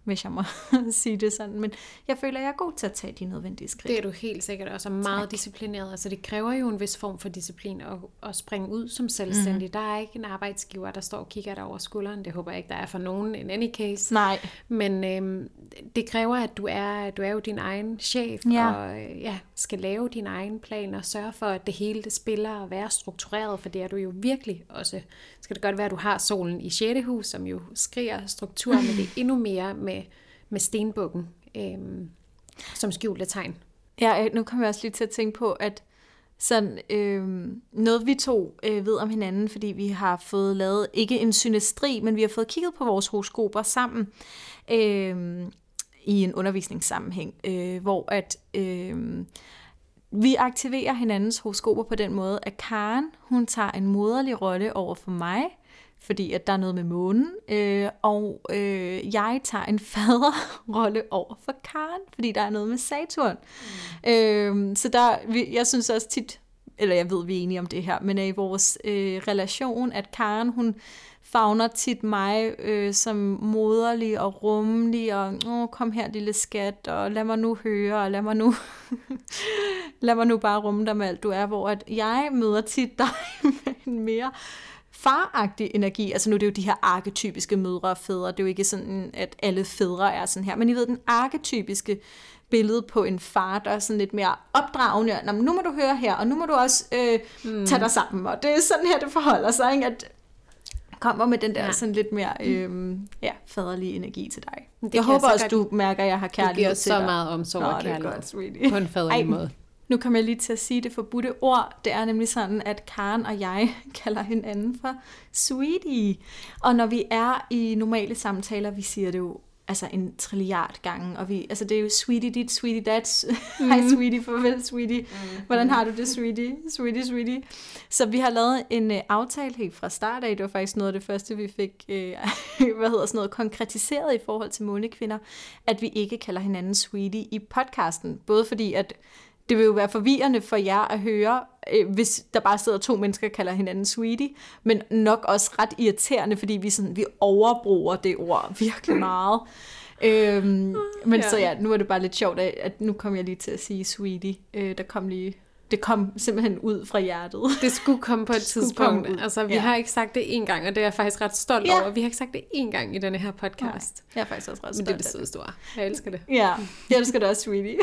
hvis jeg må sige det sådan. Men jeg føler, at jeg er god til at tage de nødvendige skridt. Det er du helt sikkert også, og meget tak. Disciplineret. Altså det kræver jo en vis form for disciplin at, at springe ud som selvstændig. Mm. Der er ikke en arbejdsgiver, der står og kigger dig over skulderen. Det håber jeg ikke, der er for nogen in any case. Nej. Men øhm, det kræver, at du er, du er jo din egen chef, ja. og ja, skal lave din egen plan og sørge for, at det hele det spiller og være struktureret, for det er du jo virkelig også. Skal det godt være, at du har solen i sjette hus, som jo skriger struktur, men det er endnu mere med, med stenbukken øhm, som skjulte tegn. Ja, nu kommer jeg også lige til at tænke på, at sådan, øh, noget vi to øh, ved om hinanden, fordi vi har fået lavet, ikke en synestri, men vi har fået kigget på vores horoskoper sammen øh, i en undervisningssammenhæng, øh, hvor at øh, vi aktiverer hinandens horoskoper på den måde, at Karen, hun tager en moderlig rolle over for mig, fordi at der er noget med månen, øh, og øh, jeg tager en faderrolle over for Karen, fordi der er noget med Saturn. Mm. Øh, så der, vi, jeg synes også tit, eller jeg ved, vi er enige om det her, men er i vores øh, relation, at Karen, hun favner tit mig øh, som moderlig og rummelig, og åh, kom her lille skat, og lad mig nu høre, og lad mig nu, lad mig nu bare rumme dig med alt du er, hvor at jeg møder tit dig med en mere faragtig energi. Altså nu er det jo de her arketypiske mødre og fædre, det er jo ikke sådan, at alle fædre er sådan her, men I ved, den arketypiske billede på en far, der er sådan lidt mere opdragende, nå, nu må du høre her, og nu må du også øh, mm. tage dig sammen, og det er sådan her, det forholder sig, ikke? At kommer med den der ja. sådan lidt mere øh, ja, faderlige energi til dig. Det jeg håber også, du mærker, at jeg har kærlighed til dig. Du giver så meget omsorg og kærlighed på en faderlig måde. Nu kommer jeg lige til at sige det forbudte ord. Det er nemlig sådan, at Karen og jeg kalder hinanden for sweetie. Og når vi er i normale samtaler, vi siger det jo altså en trilliard gange, og vi, altså det er jo sweetie dit, sweetie dat, mm. hej sweetie, farvel sweetie, mm. hvordan har du det sweetie, sweetie, sweetie. Så vi har lavet en uh, aftale helt fra start af, det var faktisk noget af det første, vi fik, uh, hvad hedder sådan noget, konkretiseret i forhold til månekvinder, at vi ikke kalder hinanden sweetie i podcasten, både fordi at det vil jo være forvirrende for jer at høre, øh, hvis der bare sidder to mennesker og kalder hinanden sweetie, men nok også ret irriterende, fordi vi, sådan, vi overbruger det ord virkelig meget. øhm, men ja. Så ja, nu er det bare lidt sjovt, at nu kom jeg lige til at sige sweetie. Øh, der kom lige, det kom simpelthen ud fra hjertet. Det skulle komme på et tidspunkt. Altså, vi ja. har ikke sagt det én gang, og det er jeg faktisk ret stolt ja. over. Vi har ikke sagt det én gang i denne her podcast. Nej, jeg er faktisk også ret stolt. Men det er det sødeste ord. Jeg elsker det. Ja, jeg elsker det også, sweetie.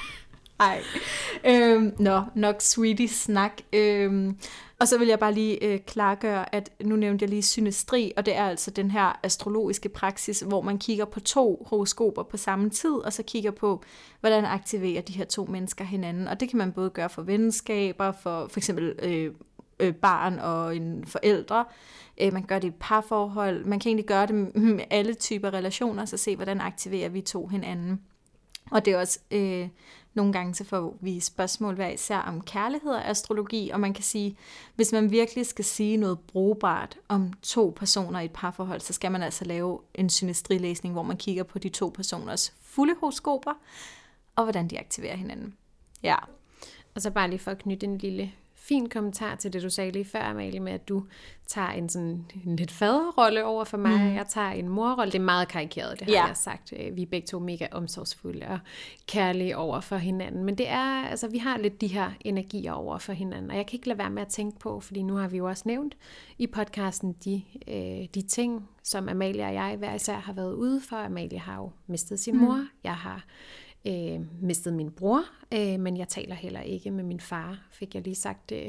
Ej, øhm, nå, nok sweetie snak. Øhm, og så vil jeg bare lige øh, klargøre, at nu nævnte jeg lige synestri, og det er altså den her astrologiske praksis, hvor man kigger på to horoskoper på samme tid, og så kigger på, hvordan aktiverer de her to mennesker hinanden. Og det kan man både gøre for venskaber, for for eksempel øh, øh, barn og en forældre. Øh, man kan gøre det i parforhold. Man kan egentlig gøre det med alle typer relationer, så se, hvordan aktiverer vi to hinanden. Og det er også øh, nogle gange, så får vi spørgsmål hver især om kærlighed og astrologi, og man kan sige, hvis man virkelig skal sige noget brugbart om to personer i et parforhold, så skal man altså lave en synestrilæsning, hvor man kigger på de to personers fulde horoskoper, og hvordan de aktiverer hinanden. Ja. Og så bare lige for at knytte en lille fin kommentar til det, du sagde lige før, Amalie, med at du tager en sådan en lidt faderrolle over for mig, mm. jeg tager en morrolle. Det er meget karikeret, det har ja. jeg sagt. Vi er begge to mega omsorgsfulde og kærlige over for hinanden. Men det er, altså vi har lidt de her energier over for hinanden, og jeg kan ikke lade være med at tænke på, fordi nu har vi jo også nævnt i podcasten de, øh, de ting, som Amalie og jeg hver især har været ude for. Amalie har jo mistet sin mor, mm. jeg har Øh, mistet min bror, øh, men jeg taler heller ikke med min far, fik jeg lige sagt øh,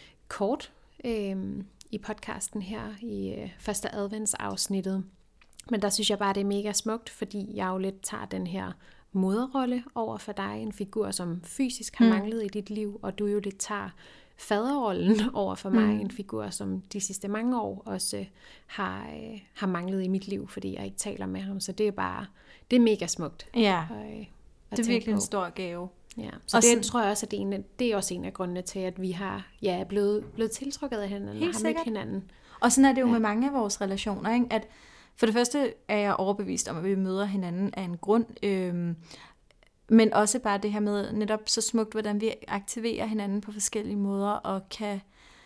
kort øh, i podcasten her i øh, første adventsafsnittet. Men der synes jeg bare, det er mega smukt, fordi jeg jo lidt tager den her moderrolle over for dig, en figur, som fysisk har manglet mm. i dit liv, og du jo lidt tager faderrollen over for mig, mm. en figur, som de sidste mange år også øh, har, øh, har manglet i mit liv, fordi jeg ikke taler med ham. Så det er bare, det er mega smukt. Ja. Og, øh, det er virkelig på. En stor gave. Ja, så og det sådan, tror jeg også, at det er, en, det er også en af grundene til, at vi har ja, blevet, blevet tiltrukket af hinanden og har mødt hinanden. Og sådan er det jo ja. med mange af vores relationer, ikke? At for det første er jeg overbevist om, at vi møder hinanden af en grund, øhm, men også bare det her med netop så smukt, hvordan vi aktiverer hinanden på forskellige måder og kan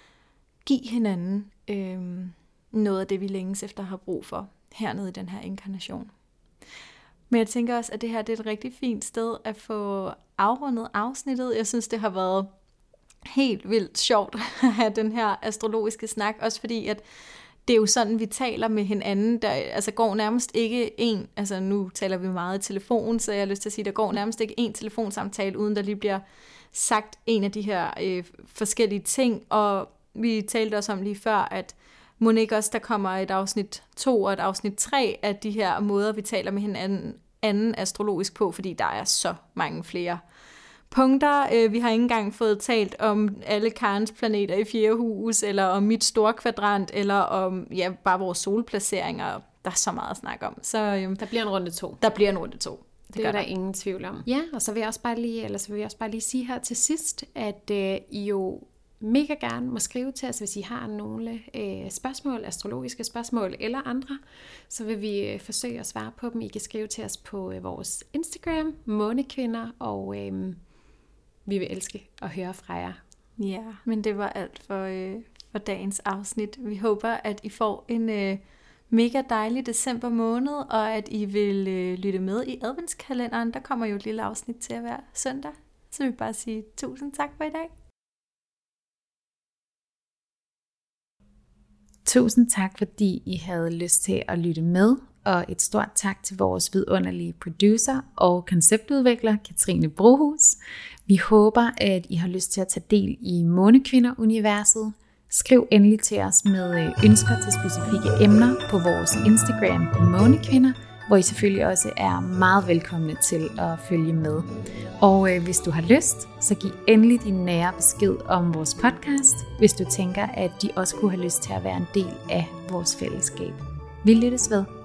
give hinanden øhm, noget af det, vi længes efter har brug for hernede i den her inkarnation. Men jeg tænker også, at det her det er et rigtig fint sted at få afrundet afsnittet. Jeg synes, det har været helt vildt sjovt at have den her astrologiske snak, også fordi at det er jo sådan, vi taler med hinanden. Der altså går nærmest ikke en, altså nu taler vi meget i telefon, så jeg har lyst til at sige, der går nærmest ikke en telefonsamtale, uden der lige bliver sagt en af de her øh, forskellige ting. Og vi talte også om lige før, at må ikke også, der kommer et afsnit to og et afsnit tre af de her måder, vi taler med hinanden anden astrologisk på, fordi der er så mange flere punkter. Vi har ikke engang fået talt om alle Karens planeter i fjerde hus, eller om mit store kvadrant, eller om ja, bare vores solplaceringer. Der er så meget at snakke om. Så, øhm, der bliver en runde to. Der bliver en runde to. Det, det er der ingen tvivl om. Ja, og så vil jeg også bare lige, eller så vil jeg også bare lige sige her til sidst, at øh, I jo mega gerne må skrive til os, hvis I har nogle øh, spørgsmål, astrologiske spørgsmål eller andre, så vil vi øh, forsøge at svare på dem. I kan skrive til os på øh, vores Instagram, Månekvinder, og øh, vi vil elske at høre fra jer. Ja, men det var alt for, øh, for dagens afsnit. Vi håber, at I får en øh, mega dejlig december måned, og at I vil øh, lytte med i adventskalenderen. Der kommer jo et lille afsnit til at være søndag. Så vil vi bare sige tusind tak for i dag. Tusind tak, fordi I havde lyst til at lytte med, og et stort tak til vores vidunderlige producer og konceptudvikler, Katrine Brohus. Vi håber, at I har lyst til at tage del i Månekvinder-universet. Skriv endelig til os med ønsker til specifikke emner på vores Instagram Månekvinder, hvor I selvfølgelig også er meget velkomne til at følge med. Og øh, hvis du har lyst, så giv endelig din nære besked om vores podcast, hvis du tænker, at de også kunne have lyst til at være en del af vores fællesskab. Vi lyttes ved.